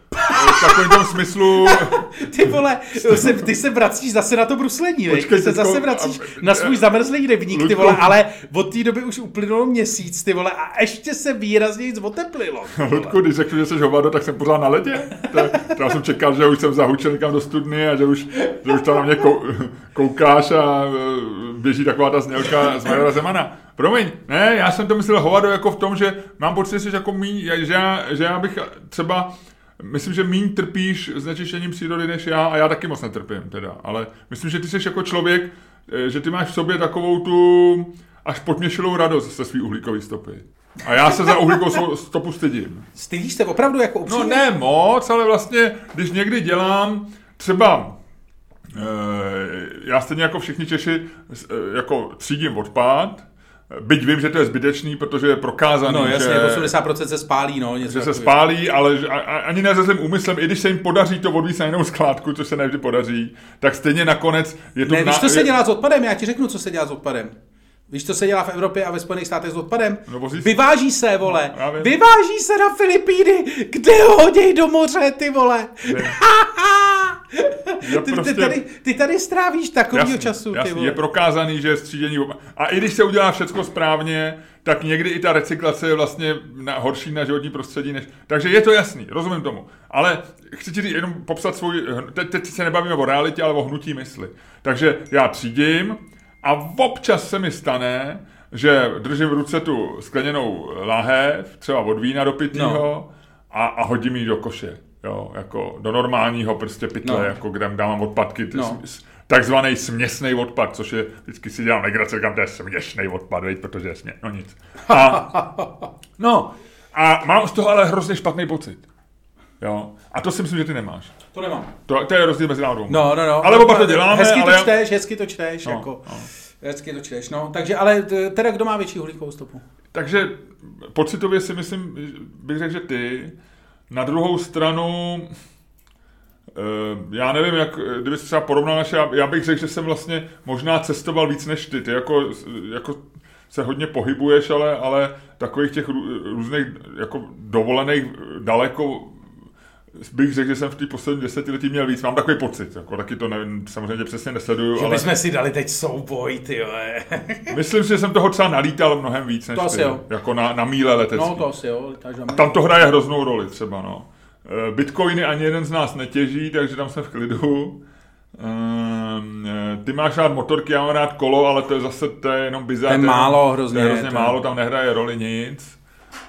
v takovém tom smyslu... Ty vole, ty se vracíš zase na to bruslení, Počkej, ty se zase vracíš a... na svůj zamrzlý rybník, Ludku. Ty vole, ale od té doby už uplynulo měsíc, ty vole, a ještě se výrazně nic oteplilo. Ludku, když řeknu, že jsi hovado, tak jsem pořád na ledě. To, to já jsem čekal, že už jsem zahučil někam do studny a že už, že už tam na mě kou, koukáš a běží taková ta znělka z Majora Zemana. Promiň, ne, já jsem to myslel hovado jako v tom, že mám pocit, že jako míň, že já, že já bych třeba, myslím, že míň trpíš znečištěním přírody než já a já taky moc netrpím teda, ale myslím, že ty jsi jako člověk, že ty máš v sobě takovou tu až podměšilou radost ze svý uhlíkový stopy. A já se za uhlíkovou stopu stydím. Stydíš se opravdu jako upřímně? No ne moc, ale vlastně, když někdy dělám třeba, já stejně jako všichni Češi jako třídím odpad, byť vím, že to je zbytečný, protože je prokázaný, no, jasně, že... osmdesát procent se spálí, no. Něco že se spálí, ale že, a, ani ne se zlým úmyslem, i když se jim podaří to odvíct na jinou skládku, což se nevždy podaří, tak stejně nakonec je to... Ne, na... víš, co se dělá s odpadem? Já ti řeknu, co se dělá s odpadem. Víš, co se dělá v Evropě a ve Spojených státech s odpadem? No, vyváží se, vole. Vyváží se na Filipíny, kde ho hoděj do moře, ty vole. Ty, prostě... ty, tady, ty tady strávíš takovýho času. Jasný, ty vole. Je prokázaný, že je střídění. A i když se udělá všecko správně, tak někdy i ta recyklace je vlastně na, horší na životní prostředí. Než... Takže je to jasný, rozumím tomu. Ale chci ti jenom popsat svůj... Teď, teď se nebavíme o realitě, ale o hnutí mysli. Takže já třídím a občas se mi stane, že držím v ruce tu skleněnou lahev, třeba od vína do pitného, no. a, a hodím ji do koše. Jo, jako do normálního prostě pytle, no. jako kde dávám odpadky, no. takzvaný směsnej odpad, což je, vždycky si dělám legraci, říkám, to je směšnej odpad, veď, protože je smě, no nic. A, no, a mám z toho ale hrozně špatný pocit. Jo, a to si myslím, že ty nemáš. To nemám. To, to je rozdíl mezi náhodou. No, no, no. Ale oba to děláme, hezky ale... to čteš, hezky to čteš, no, jako... No. Hezky to čteš, no. Takže, ale teda kdo má větší uhlíkovou stopu? Takže pocitově si myslím, bych řekl, že ty... Na druhou stranu, já nevím, jak, kdyby se třeba porovnal naše, já bych řekl, že jsem vlastně možná cestoval víc než ty. Ty jako, jako se hodně pohybuješ, ale, ale takových těch různých jako dovolených daleko bych řekl, že jsem v té poslední desetiletí měl víc. Mám takový pocit, jako taky to nevím, samozřejmě přesně nesleduju. Že ale... bychom si dali teď souboj, ty jo. Myslím si, že jsem toho třeba nalítal mnohem víc než ty, jako na, na míle letecký. No to asi jo. A tam to hraje hroznou roli třeba, no. Bitcoiny ani jeden z nás netěží, takže tam jsme v klidu. Ty máš rád motorky, já mám rád kolo, ale to je zase, to je jenom bizár. To je málo hrozně. To je hrozně málo, tam nehraje roli nic.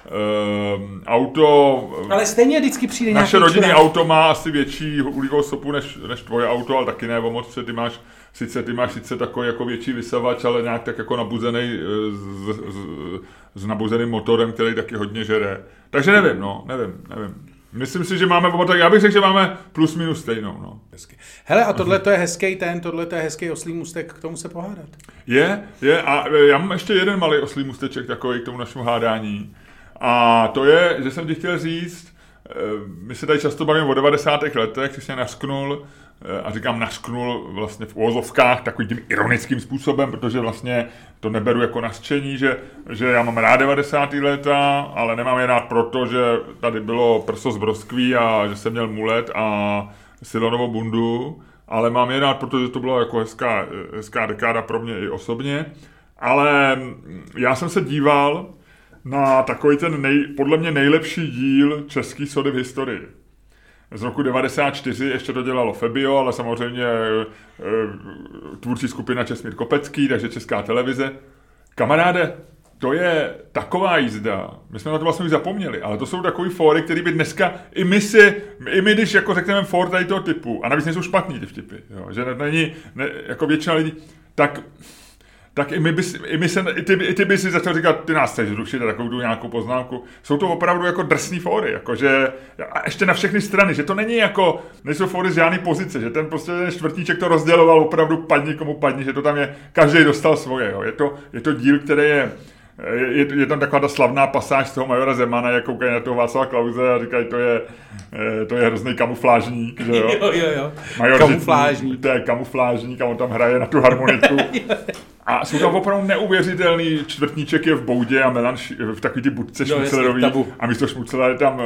Uh, auto... Ale stejně vždycky přijde nějaký... Naše rodinný auto má asi větší uhlíkovou stopu než, než tvoje auto, ale taky ne o moc, protože ty máš sice, ty máš sice takový jako větší vysavač, ale nějak tak jako nabuzený s, s, s nabuzeným motorem, který taky hodně žere. Takže nevím, no, nevím, nevím. Myslím si, že máme oba tak, já bych řekl, že máme plus minus stejnou, no. Hele, a tohle to je hezký ten, tohle to je hezký oslý můstek k tomu se pohádat. Je, je, a já mám ještě jeden malý oslý můsteček takový k tomu našemu hádání. A to je, že jsem ti chtěl říct, my se tady často bavíme o devadesátých letech, když jsem nařknul, a říkám nařknul vlastně v uvozovkách takovým tím ironickým způsobem, protože vlastně to neberu jako nařčení, že, že já mám rád devadesátá léta, ale nemám je rád proto, že tady bylo prso z broskví a že jsem měl mulet a silonovou bundu, ale mám je rád, protože to byla jako hezká, hezká dekáda pro mě i osobně. Ale já jsem se díval na takový ten nej, podle mě nejlepší díl český sody v historii. Z roku devadesát čtyři ještě to dělalo Febio, ale samozřejmě e, tvůrčí skupina Česmír Kopecký, takže Česká televize. Kamaráde, to je taková jízda. My jsme na to vlastně už zapomněli, ale to jsou takový fóry, který by dneska, i my si, i my, když jako řekneme fór tady toho typu, a navíc nejsou špatný ty vtipy, jo, že není, ne, jako většina lidí, tak... tak i my, bys, i my se, i ty, i ty by si začal říkat, ty nás chceš zrušit a takovou tu nějakou poznámku. Jsou to opravdu jako drsný fóry, jakože, a ještě na všechny strany, že to není jako, nejsou fóry z žádný pozice, že ten prostě ten čtvrtníček to rozděloval opravdu padni komu padni, že to tam je, každý dostal svoje, jo. Je to, je to díl, který je, je, je tam taková ta slavná pasáž z toho Majora Zemana, jak koukají na toho Václava Klause a říkají, to je, to je hrozný kamuflážník, že jo. jo, jo, jo. Major kamuflážník. Žitný, to je kamuflážník a on tam hraje na tu harmoniku. A jsou tam opravdu neuvěřitelný, Čtvrtníček je v boudě a Melan ši, v takový ty budce no, šmuclerový a místo šmuclera je tam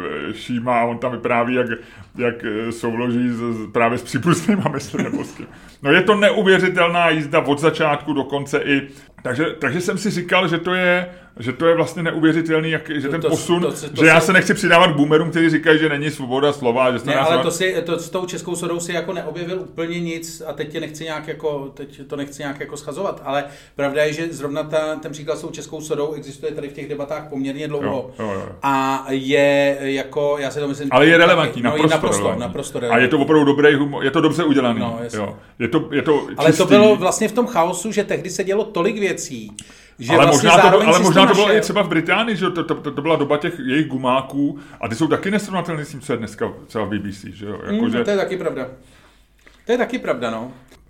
Šíma a on tam vypráví, jak, jak souloží z, právě s příbuznýma myslem nebo s tím. No je to neuvěřitelná jízda od začátku do konce i, takže, takže jsem si říkal, že to je, že to je vlastně neuvěřitelný, jak, že ten to, posun, to, to, to, že já se nechci přidávat boomerům, kteří říkají, že není svoboda slova. Že ne, ale to si, to, s tou českou sodou si jako neobjevil úplně nic a teď tě nechci nějak jako, teď to nechci nějak jako schazovat, ale pravda je, že zrovna ta, ten příklad s tou českou sodou existuje tady v těch debatách poměrně dlouho jo, jo, jo. a je jako, já si to myslím... Ale je relevantní, naprosto, no, naprosto, relevantní. naprosto relevantní. A je to opravdu dobrý humor, je to dobře udělaný. No, jo. Je to, je to čistý. Ale to bylo vlastně v tom chaosu, že tehdy se dělo tolik věcí, že ale vlastně možná to, ale možná to bylo našel. i třeba v Británii, že to, to, to, to byla doba těch jejich gumáků a ty jsou taky nesrovnatelné s tím, co je dneska třeba v B B C, že jo? Jako, mm, že... To je taky pravda. To je taky pravda, no.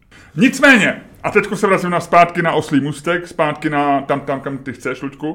Nicméně, a teďko se vracím na zpátky na Oslý můstek, zpátky na tam, tam kam ty chceš, Luďku.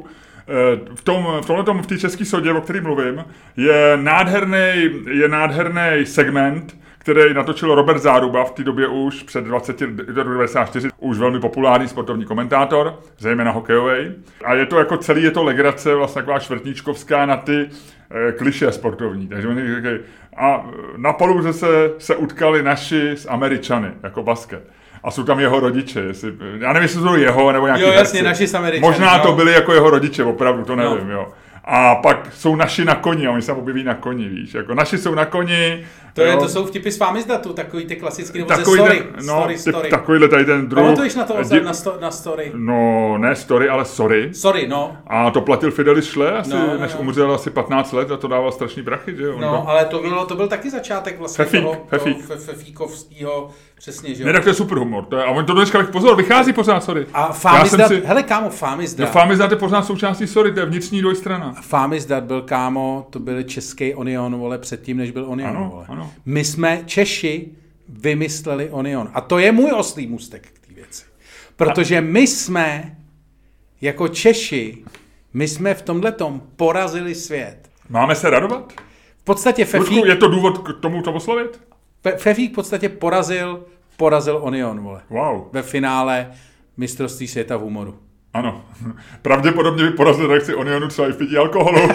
V tom, v tomhletom, v té české sodě, o který mluvím, je nádherný, je nádherný segment, který natočil Robert Záruba v té době už před dvaceti, devadesát čtyři, už velmi populární sportovní komentátor, zejména hokejový. A je to jako celý, je to legrace, vlastně taková švrtníčkovská na ty e, klišé sportovní. Takže oni říkají, a na poluze se, se utkali naši s Američany, jako basket. A jsou tam jeho rodiče, jestli, já nevím, jestli jsou jeho, nebo nějaký Jo, jasně, herci. naši s Američany. Možná no. to byli jako jeho rodiče, opravdu, to nevím, no. jo. A pak jsou naši na koni a oni se objeví na koni, víš, jako naši jsou na koni. To, je, to jsou vtipy z Famizdatu, takový ty klasický, nebo takový ze story, ten, no, story, ty, story. Takovýhle tady ten druh. Pamatuješ na to, di- na, sto, na story? No, ne story, ale sorry. Sorry, no. A to platil Fidelis Šle asi, no, no, než no. umřel asi patnáct let a to dával strašný prachy, že jo? No, to... ale to, bylo, to byl taky začátek vlastně Fefík, toho, Fefík. toho fe, fefíkovského, přesně, že jo? Ne, tak to je super humor. To je, a on to dneska, pozor, vychází pořád, sorry. A Famizdat, si... hele kámo, Famizdat. No Famizdat je pořád součástí sorry, to je vnitřní dvojstrana. Famizdat byl kámo, to byl český Onion, vole, předtím, než byl Onion, ano, vole. Ano. My jsme Češi vymysleli Onion. A to je můj oslý můstek k té věci. Protože my jsme, jako Češi, my jsme v tomhletom porazili svět. Máme se radovat? V podstatě Fefík... Luďku, je to důvod k tomu to oslovit? Fefík v podstatě porazil, porazil Onion, vole. Wow. Ve finále mistrovství světa v humoru. Ano. Pravděpodobně by porazil reakci Onionu třeba i v pití alkoholu.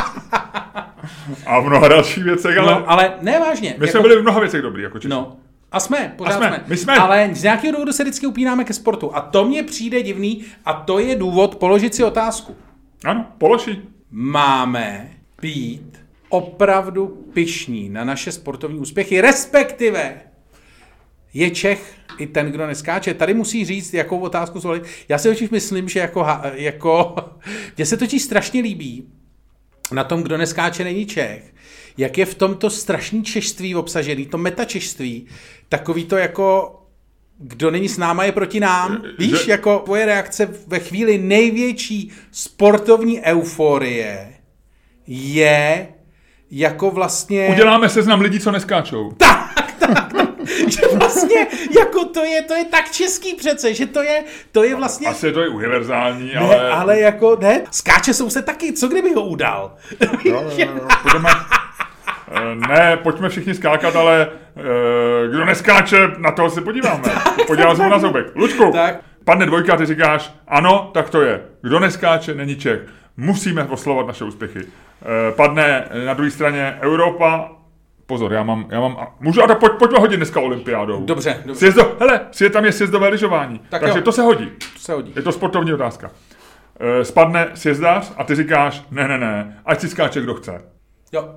A v mnoha dalších věcech, ale... No, ale ne vážně. My jako... jsme byli v mnoha věcech dobrý, jako Češi. No. A jsme, pořád a jsme. jsme. My jsme. Ale z nějakého důvodu se vždycky upínáme ke sportu. A to mně přijde divný a to je důvod položit si otázku. Ano, položí. Máme být opravdu pyšní na naše sportovní úspěchy, respektive je Čech i ten, kdo neskáče. Tady musí říct, jakou otázku zvolit. Já si totiž myslím, že jako... jako mně se totiž strašně líbí na tom, kdo neskáče, není Čech, jak je v tomto strašný češství obsažený, to metačešství, takový to jako, kdo není s náma, je proti nám. Víš, že... jako tvoje reakce ve chvíli největší sportovní euforie je jako vlastně... Uděláme seznam lidí, co neskáčou. Tak, tak, tak. Že vlastně, jako to je, to je tak český přece, že to je, to je vlastně... Asi je to je univerzální, ne, ale... ale jako, ne, skáče jsou se taky, co kdyby ho udal? No, no, no, půjdeme... Ne, pojďme všichni skákat, ale kdo neskáče, na toho se podíváme. Podíváme se mu na zoubek. Luďku, tak. Padne dvojka, ty říkáš, ano, tak to je. Kdo neskáče, není Čech. Musíme oslovat naše úspěchy. Padne na druhé straně Evropa. Pozor, já mám, já mám, můžu, a tak pojď, pojďme hodit dneska olympiádou. Dobře, dobře. Sjezdo, hele, svět tam je sjezdové lyžování, tak takže jo. to se hodí. To se hodí. Je to sportovní otázka. E, spadne sjezdař a ty říkáš, ne, ne, ne, ať si skáče, kdo chce. Jo.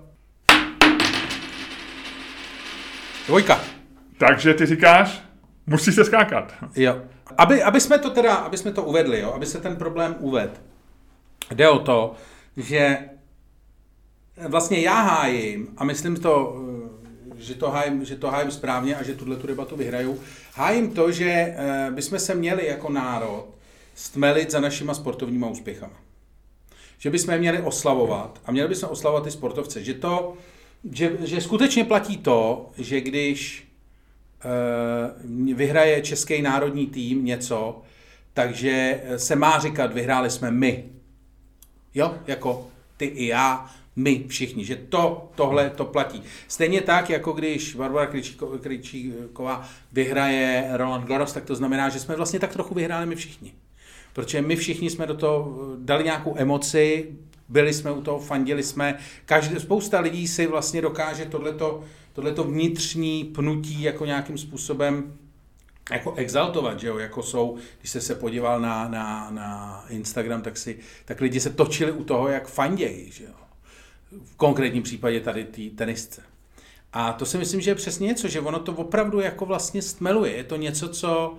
Dvojka. Takže ty říkáš, musí se skákat. Jo. Aby, aby jsme to teda, aby jsme to uvedli, jo, aby se ten problém uvedl. Jde o to, že vlastně já hájím, a myslím to, že to hájím, že to hájím správně a že tuhle tu debatu vyhraju, hájím to, že bychom se měli jako národ stmelit za našima sportovníma úspěchama. Že bychom měli oslavovat a měli bychom oslavovat ty sportovce. Že to, že, že skutečně platí to, že když uh, vyhraje český národní tým něco, takže se má říkat, vyhráli jsme my. Jo, jako ty i já, my všichni, že to, tohle to platí. Stejně tak, jako když Barbora Krejčíková vyhraje Roland Garros, tak to znamená, že jsme vlastně tak trochu vyhráli my všichni. Protože my všichni jsme do toho dali nějakou emoci, byli jsme u toho, fandili jsme, každý, spousta lidí si vlastně dokáže tohleto, tohleto vnitřní pnutí jako nějakým způsobem jako exaltovat, že jo, jako jsou, když jste se podíval na, na, na Instagram, tak, si, tak lidi se točili u toho, jak fandějí, že jo. V konkrétním případě tady té tenisce. A to si myslím, že je přesně něco, že ono to opravdu jako vlastně stmeluje. Je to něco, co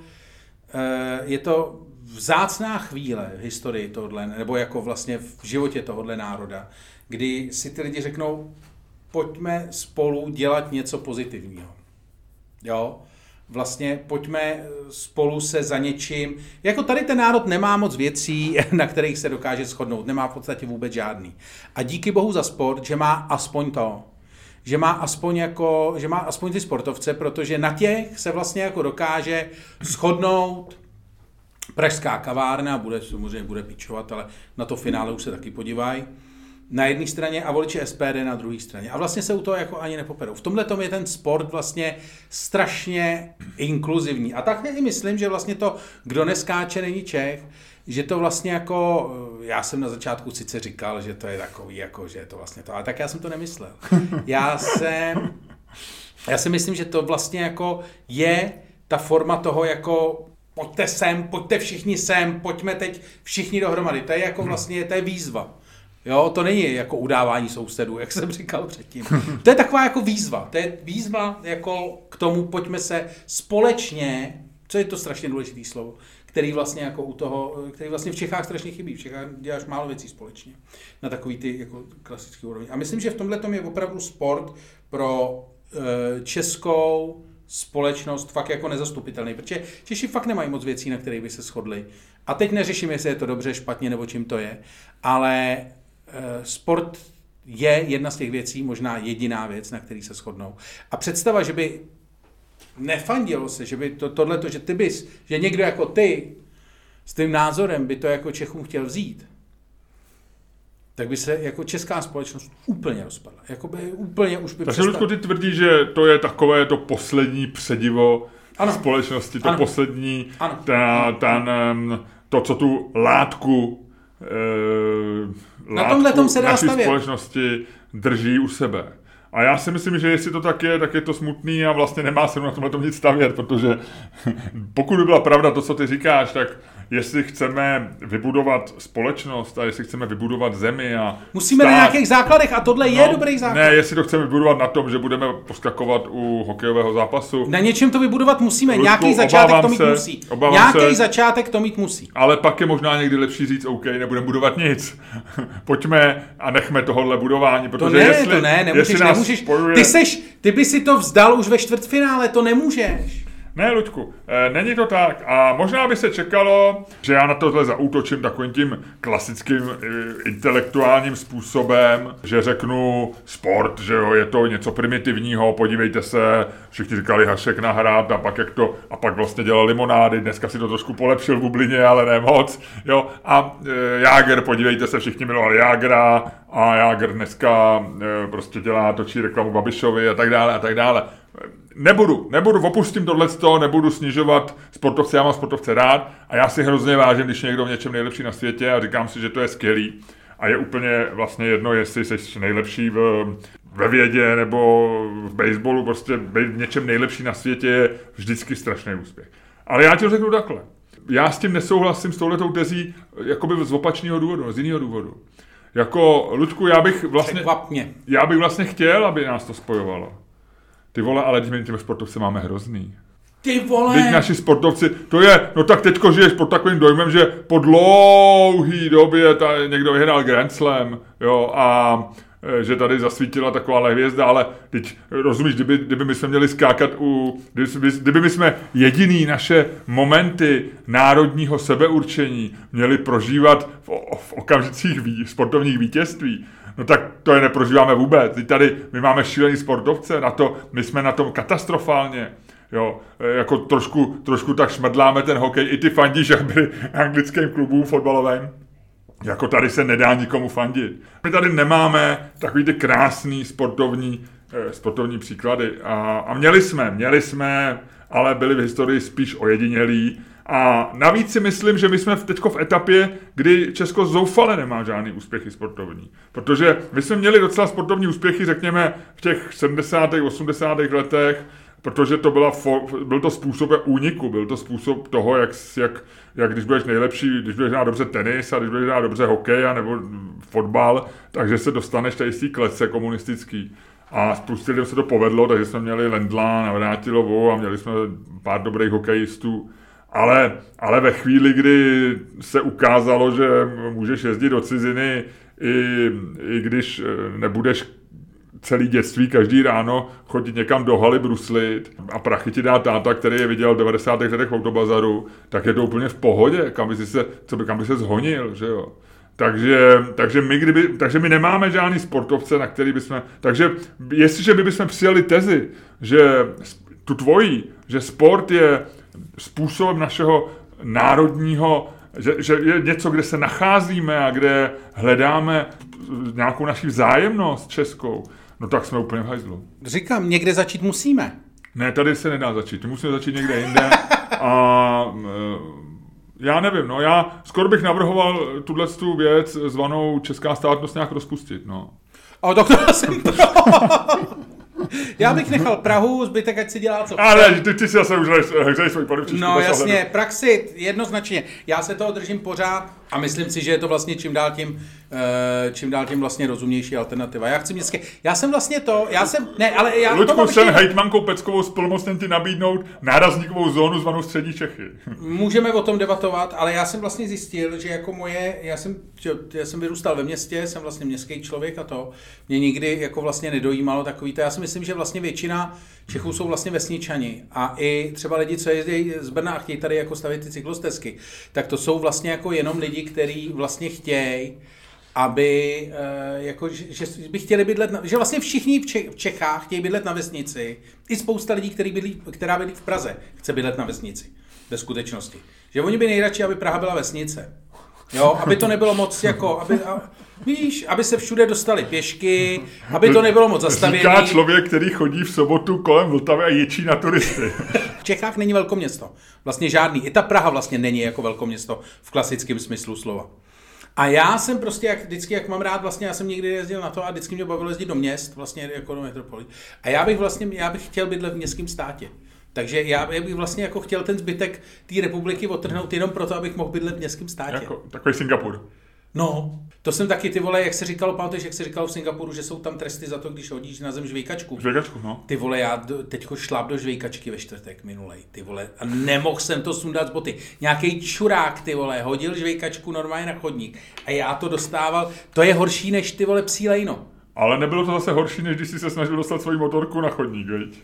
je to vzácná chvíle v historii tohle, nebo jako vlastně v životě tohohle národa, kdy si ty lidi řeknou, pojďme spolu dělat něco pozitivního. Jo? Vlastně pojďme spolu se za něčím. Jako tady ten národ nemá moc věcí, na kterých se dokáže shodnout. Nemá v podstatě vůbec žádný. A díky bohu za sport, že má aspoň to. Že má aspoň, jako, že má aspoň ty sportovce, protože na těch se vlastně jako dokáže shodnout. Pražská kavárna, bude, samozřejmě bude pičovat, ale na to finále už se taky podívají. Na jedné straně a voliči S P D na druhé straně. A vlastně se u toho jako ani nepoperou. V tomhle tom je ten sport vlastně strašně inkluzivní. A tak i myslím, že vlastně to, kdo neskáče, není Čech, že to vlastně jako, já jsem na začátku sice říkal, že to je takový, jako, že je to vlastně to, ale tak já jsem to nemyslel. Já jsem, já si myslím, že to vlastně jako je ta forma toho jako pojďte sem, pojďte všichni sem, pojďme teď všichni dohromady. To je jako vlastně, to je výzva. Jo, to není jako udávání sousedů, jak jsem říkal předtím. To je taková jako výzva. To je výzva jako k tomu, pojďme se společně, co je to strašně důležitý slovo, který vlastně jako u toho, který vlastně v Čechách strašně chybí. V Čechách děláš málo věcí společně na takový ty jako klasický úrovni. A myslím, že v tomhle tom je opravdu sport pro e, českou společnost fakt jako nezastupitelný, protože Češi fakt nemají moc věcí, na kterých by se shodli. A teď neřeším, jestli je to dobře, špatně nebo čím to je, ale e, sport je jedna z těch věcí, možná jediná věc, na který se shodnou. A představa, že by nefandilo se, že by to, tohleto, že ty bys, že někdo jako ty s tím názorem by to jako Čechům chtěl vzít, tak by se jako česká společnost úplně rozpadla. Jakoby úplně už by Takže přestal... Ludku, ty tvrdí, že to je takové to poslední předivo ano. společnosti, to ano. poslední, ano. Ta, ten, to, co tu látku, eh, na tomhle tom se dá naší stavět. Společnosti drží u sebe. A já si myslím, že jestli to tak je, tak je to smutný a vlastně nemá se na tomhle tom nic stavět, protože pokud by byla pravda to, co ty říkáš, tak jestli chceme vybudovat společnost a jestli chceme vybudovat zemi a musíme stát, na nějakých základech a tohle no, je dobrý základ. Ne, jestli to chceme vybudovat na tom, že budeme poskakovat u hokejového zápasu. Na něčem to vybudovat musíme, Ludku, nějaký začátek to mít se, musí. Nějaký se, začátek to mít musí. Ale pak je možná někdy lepší říct, OK, nebudeme budovat nic. Pojďme a nechme tohohle budování, protože to ne, jestli, to ne, nemůžeš, nemůžeš. Spojuje... Ty seš, ty by si to vzdal už ve čtvrtfinále, to nemůžeš. Ne, Luďku, není to tak a možná by se čekalo, že já na tohle zaútočím takovým tím klasickým intelektuálním způsobem, že řeknu sport, že jo, je to něco primitivního, podívejte se, všichni říkali Hašek nahrát a pak jak to, a pak vlastně dělal limonády, dneska si to trošku polepšil v bublině, ale ne moc, jo, a e, Jágr, podívejte se, všichni milovali Jágra a Jágr dneska e, prostě dělá, točí reklamu Babišovi a tak dále a tak dále. Nebudu, nebudu, opustím tohleto, nebudu snižovat sportovce, já mám sportovce rád a já si hrozně vážím, když je někdo v něčem nejlepší na světě a říkám si, že to je skvělý a je úplně vlastně jedno, jestli jsi nejlepší v, ve vědě nebo v baseballu, prostě být v něčem nejlepší na světě je vždycky strašný úspěch. Ale já ti řeknu takhle, já s tím nesouhlasím s touhletou tezí jakoby z opačného důvodu, z jiného důvodu. Jako, Ludku, já bych vlastně, Překvapně. já bych vlastně chtěl, aby nás to spojovalo. Ty vole, ale my těmi sportovci máme hrozný. Ty vole! Teď naši sportovci, to je, no tak teďko žiješ pod takovým dojmem, že po dlouhý době ta, někdo vyhrál Grand Slam, jo, a e, že tady zasvítila taková hvězda, ale teď rozumíš, kdyby, kdyby my jsme měli skákat u, kdyby, kdyby my jsme jediný naše momenty národního sebeurčení měli prožívat v, v okamžicích ví, sportovních vítězství, no tak to je neprožíváme vůbec. Teď tady my máme šílený sportovce, na to, my jsme na tom katastrofálně. Jo, jako trošku, trošku tak šmrdláme ten hokej, i ty fandíš, jak byli anglickým klubům fotbalovým. Jako tady se nedá nikomu fandit. My tady nemáme takový ty krásný sportovní, eh, sportovní příklady. A, a měli jsme, měli jsme, ale byli v historii spíš ojedinělí. A navíc si myslím, že my jsme teďko v etapě, kdy Česko zoufale nemá žádný úspěchy sportovní. Protože my jsme měli docela sportovní úspěchy, řekněme, v těch sedmdesátých, osmdesátých letech, protože to byla for, byl to způsob úniku, byl to způsob toho, jak, jak, jak když budeš nejlepší, když budeš hrát dobře tenis a když budeš hrát dobře hokej a nebo fotbal, takže se dostaneš tady z té klece komunistický. A spoustu lidem se to povedlo, takže jsme měli Lendla, Navrátilovou a měli jsme pár dobrých hokejistů. Ale, ale ve chvíli, kdy se ukázalo, že můžeš jezdit do ciziny, i, i když nebudeš celý dětství každý ráno chodit někam do haly bruslit a prachy ti dá táta, který je viděl v devadesátých letech v Autobazaru, tak je to úplně v pohodě, kam by si se, co by, kam by se zhonil, že jo. Takže, takže, my kdyby, takže my nemáme žádný sportovce, na který bychom... Takže jestliže by bychom přijali tezi, že tu tvojí, že sport je způsobem našeho národního, že, že je něco, kde se nacházíme a kde hledáme nějakou naši vzájemnost českou, no tak jsme úplně v hajzlu. Říkám, někde začít musíme. Ne, tady se nedá začít, musíme začít někde jinde a já nevím, no já skoro bych navrhoval tuhletu věc zvanou česká státnost nějak rozpustit, no. A tak to jsem pro. Já bych nechal Prahu, zbytek ať si dělá co. Ale ty, ty si zase už hřeji svoji podepříčku. No jasně, ohledu. Praxi jednoznačně. Já se toho držím pořád a myslím si, že je to vlastně čím dál tím, čím dál tím vlastně rozumnější alternativa. Já chci městské. Já jsem vlastně to, já jsem, ne, ale já Luďku, jsem ještě... hejtmankou Peckovou splnomocněn ti nabídnout nárazníkovou zónu zvanou Střední Čechy. Můžeme o tom debatovat, ale já jsem vlastně zjistil, že jako moje, já jsem, já jsem vyrůstal ve městě, jsem vlastně městský člověk a to mě nikdy jako vlastně nedojímalo takový to. Já si myslím, že vlastně většina Čechů jsou vlastně vesničani a i třeba lidi, co jezdí z Brna a chtějí tady jako stavět ty cyklostezky, tak to jsou vlastně jako jenom lidi, kteří vlastně chtějí, aby jako, že by chtěli bydlet, na, že vlastně všichni v Čechách chtějí bydlet na vesnici. I spousta lidí, který bydlí, která bydlí v Praze, chce bydlet na vesnici. Ve skutečnosti. Že oni by nejradši, aby Praha byla vesnice. Jo, aby to nebylo moc jako, aby, a, víš, aby se všude dostali pěšky, aby to nebylo moc zastavěný. Říká člověk, který chodí v sobotu kolem Vltavy a ječí na turisty. V Čechách není velkoměsto. Vlastně žádný. I ta Praha vlastně není jako velkoměsto v klasickém smyslu slova. A já jsem prostě, jak, vždycky, jak mám rád, vlastně já jsem někdy jezdil na to a vždycky mě bavilo jezdit do měst, vlastně jako do metropolí. A já bych vlastně, já bych chtěl bydlet v městském státě. Takže já bych vlastně jako chtěl ten zbytek té republiky odtrhnout jenom proto, abych mohl bydlet v městském státě. Jako, takový Singapur. No, to jsem taky, ty vole, jak se říkalo, pamatuješ, jak se říkalo v Singapuru, že jsou tam tresty za to, když hodíš na zem žvejkačku. Žvejkačku, no. Ty vole, já teďko šláp do žvejkačky ve čtvrtek minulej, ty vole, a nemohl jsem to sundat z boty. Nějaký čurák, ty vole, hodil žvejkačku normálně na chodník a já to dostával, to je horší než ty vole psí lejno. Ale nebylo to zase horší, než když jsi se snažil dostat svoji motorku na chodník, veď?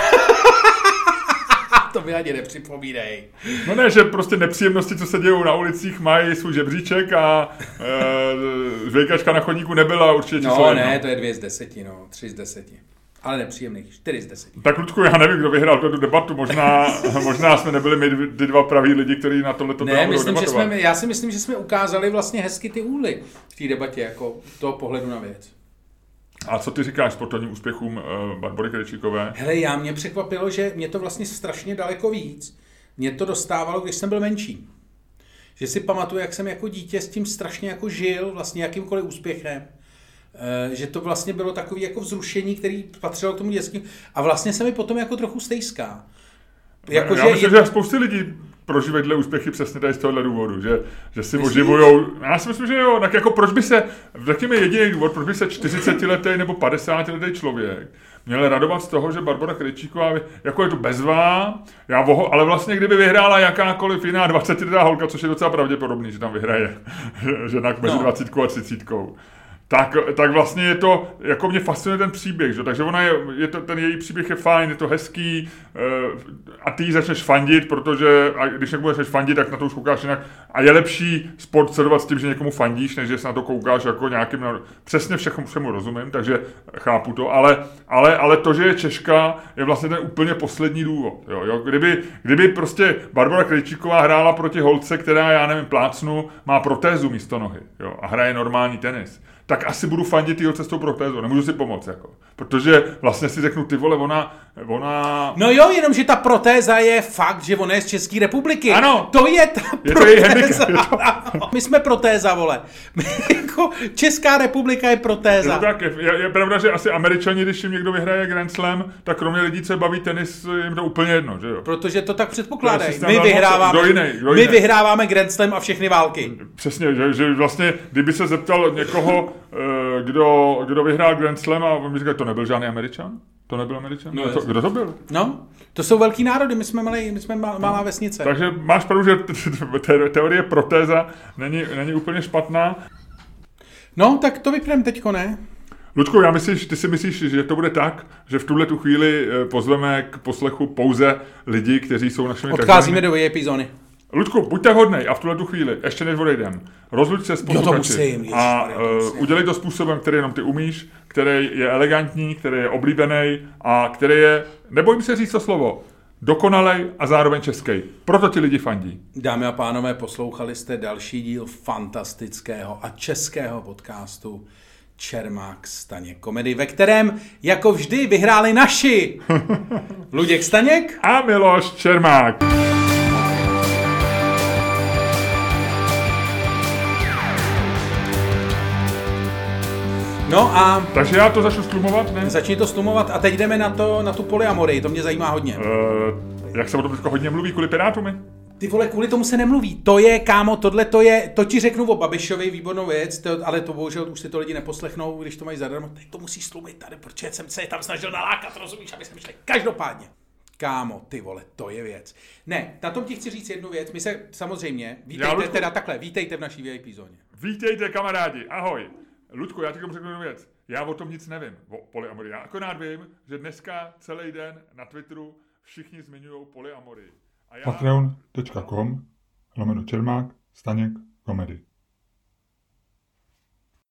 To mi ani nepřipomínej. No ne, že prostě nepříjemnosti, co se dějou na ulicích, mají svůj žebříček a e, žvejkačka na chodníku nebyla určitě číslo No jedno. ne, to je dvě z deseti, no, tři z deseti. Ale nepříjemných, čtyři z deseti. Tak Ludku, já nevím, kdo vyhrál tu debatu, možná, možná jsme nebyli my ty dva praví lidi, kteří na tohleto ne, myslím, že jsme, já si myslím, že jsme ukázali vlastně hezky ty úhly v té debatě, jako toho pohledu na věc. A co ty říkáš sportovním úspěchům uh, Barbory Krejčíkové? Hele, já mě překvapilo, že mě to vlastně strašně daleko víc. Mě to dostávalo, když jsem byl menší. Že si pamatuju, jak jsem jako dítě s tím strašně jako žil, vlastně jakýmkoliv úspěchem. E, že to vlastně bylo takový jako vzrušení, který patřilo k tomu dětským. A vlastně se mi potom jako trochu stejská. Jako, já že myslím, je... že spousty lidí prožívají tyhle úspěchy přesně tady z tohohle důvodu, že, že si oživujou. Já si myslím, že jo, tak jako proč by se, řekněme jediný důvod, proč by se čtyřicetiletý nebo padesátiletý člověk měl radovat z toho, že Barbora Krejčíková, jako je to bezvá, já voho, ale vlastně kdyby vyhrála jakákoliv jiná dvacetiletá holka, což je docela pravděpodobný, že tam vyhraje žena mezi dvacítkou a třicítkou. Tak, tak vlastně je to, jako mě fascinuje ten příběh, že? Takže ona je, je to, ten její příběh je fajn, je to hezký, a ty začneš fandit, protože a když někomu začneš fandit, tak na to už koukáš jinak. A je lepší sport sledovat s tím, že někomu fandíš, než že se na to koukáš jako nějakým... Přesně všemu, všemu rozumím, takže chápu to, ale, ale, ale to, že je Češka, je vlastně ten úplně poslední důvod. Jo, jo. Kdyby, kdyby prostě Barbora Krejčíková hrála proti holce, která, já nevím, plácnu, má protézu místo nohy, jo, a hraje normální tenis, tak asi budu fandit týho cestou protézu, nemůžu si pomoct, jako. Protože vlastně si řeknu, ty vole, ona, ona... No jo, jenom, že ta protéza je fakt, že ona je z České republiky. Ano. To je ta je protéza. To je to... My jsme protéza, vole. My, jako Česká republika je protéza. Je, tak, je, je pravda, že asi Američani, když jim někdo vyhraje Grand Slam, tak kromě lidí, co baví tenis, jim to úplně jedno, že jo? Protože to tak předpokládají. My vyhráváme, kdo jiný, kdo my jiný. vyhráváme Grand Slam a všechny války. Přesně, že, že vlastně, kdyby se zeptal někoho, kdo, kdo vyhrál Grand Slam a on mi říká, to nebyl žádný Američan? To nebyl Američan? No, to, kdo to byl? No, to jsou velký národy, my jsme, malý, my jsme mal, malá vesnice. Takže máš pravdu, že te, teorie protéza není, není úplně špatná. No, tak to vypneme teďko, ne? Luďku, já myslíš, ty si myslíš, že to bude tak, že v tuhle tu chvíli pozveme k poslechu pouze lidi, kteří jsou našimi... Odcházíme do V I P zóny. Luďku, buď tak hodnej a v tuhle tu chvíli, ještě než odejdem, rozluč se s posluchači a uh, udělej to způsobem, který jenom ty umíš, který je elegantní, který je oblíbený a který je, nebojím se říct to slovo, dokonalej a zároveň český. Proto ti lidi fandí. Dámy a pánové, poslouchali jste další díl fantastického a českého podcastu Čermák Staněk Komedy, ve kterém jako vždy vyhráli naši Luděk Staněk a Miloš Čermák. No a... Takže já to začnu stlumovat, ne? Začni to stlumovat a teď jdeme na, to, na tu polyamorii, to mě zajímá hodně. Uh, jak se o tom teďka hodně mluví kvůli Pirátům? Ty vole, kvůli tomu se nemluví. To je, kámo, tohle to je, to ti řeknu o Babišovi, výbornou věc, to, ale to bohužel už si to lidi neposlechnou, když to mají zadarmo. Teď to musíš stlumit tady, protože jsem se tam snažil nalákat, rozumíš, aby jsme šli. Každopádně. Kámo, ty vole, to je věc. Ne, na tom ti chci říct jednu věc. My se samozřejmě, vítejte Luďku, teda takhle, vítejte v naší V I P zóně. Vítejte, kamarádi, ahoj. Luďku, já ti řeknu jednu věc. Já o tom nic nevím, o polyamorii. Já akorát vím, že dneska celý den na Twitteru všichni zmiňují polyamorii. Já... patreon tečka com lomeno Čermák Staněk Komedy.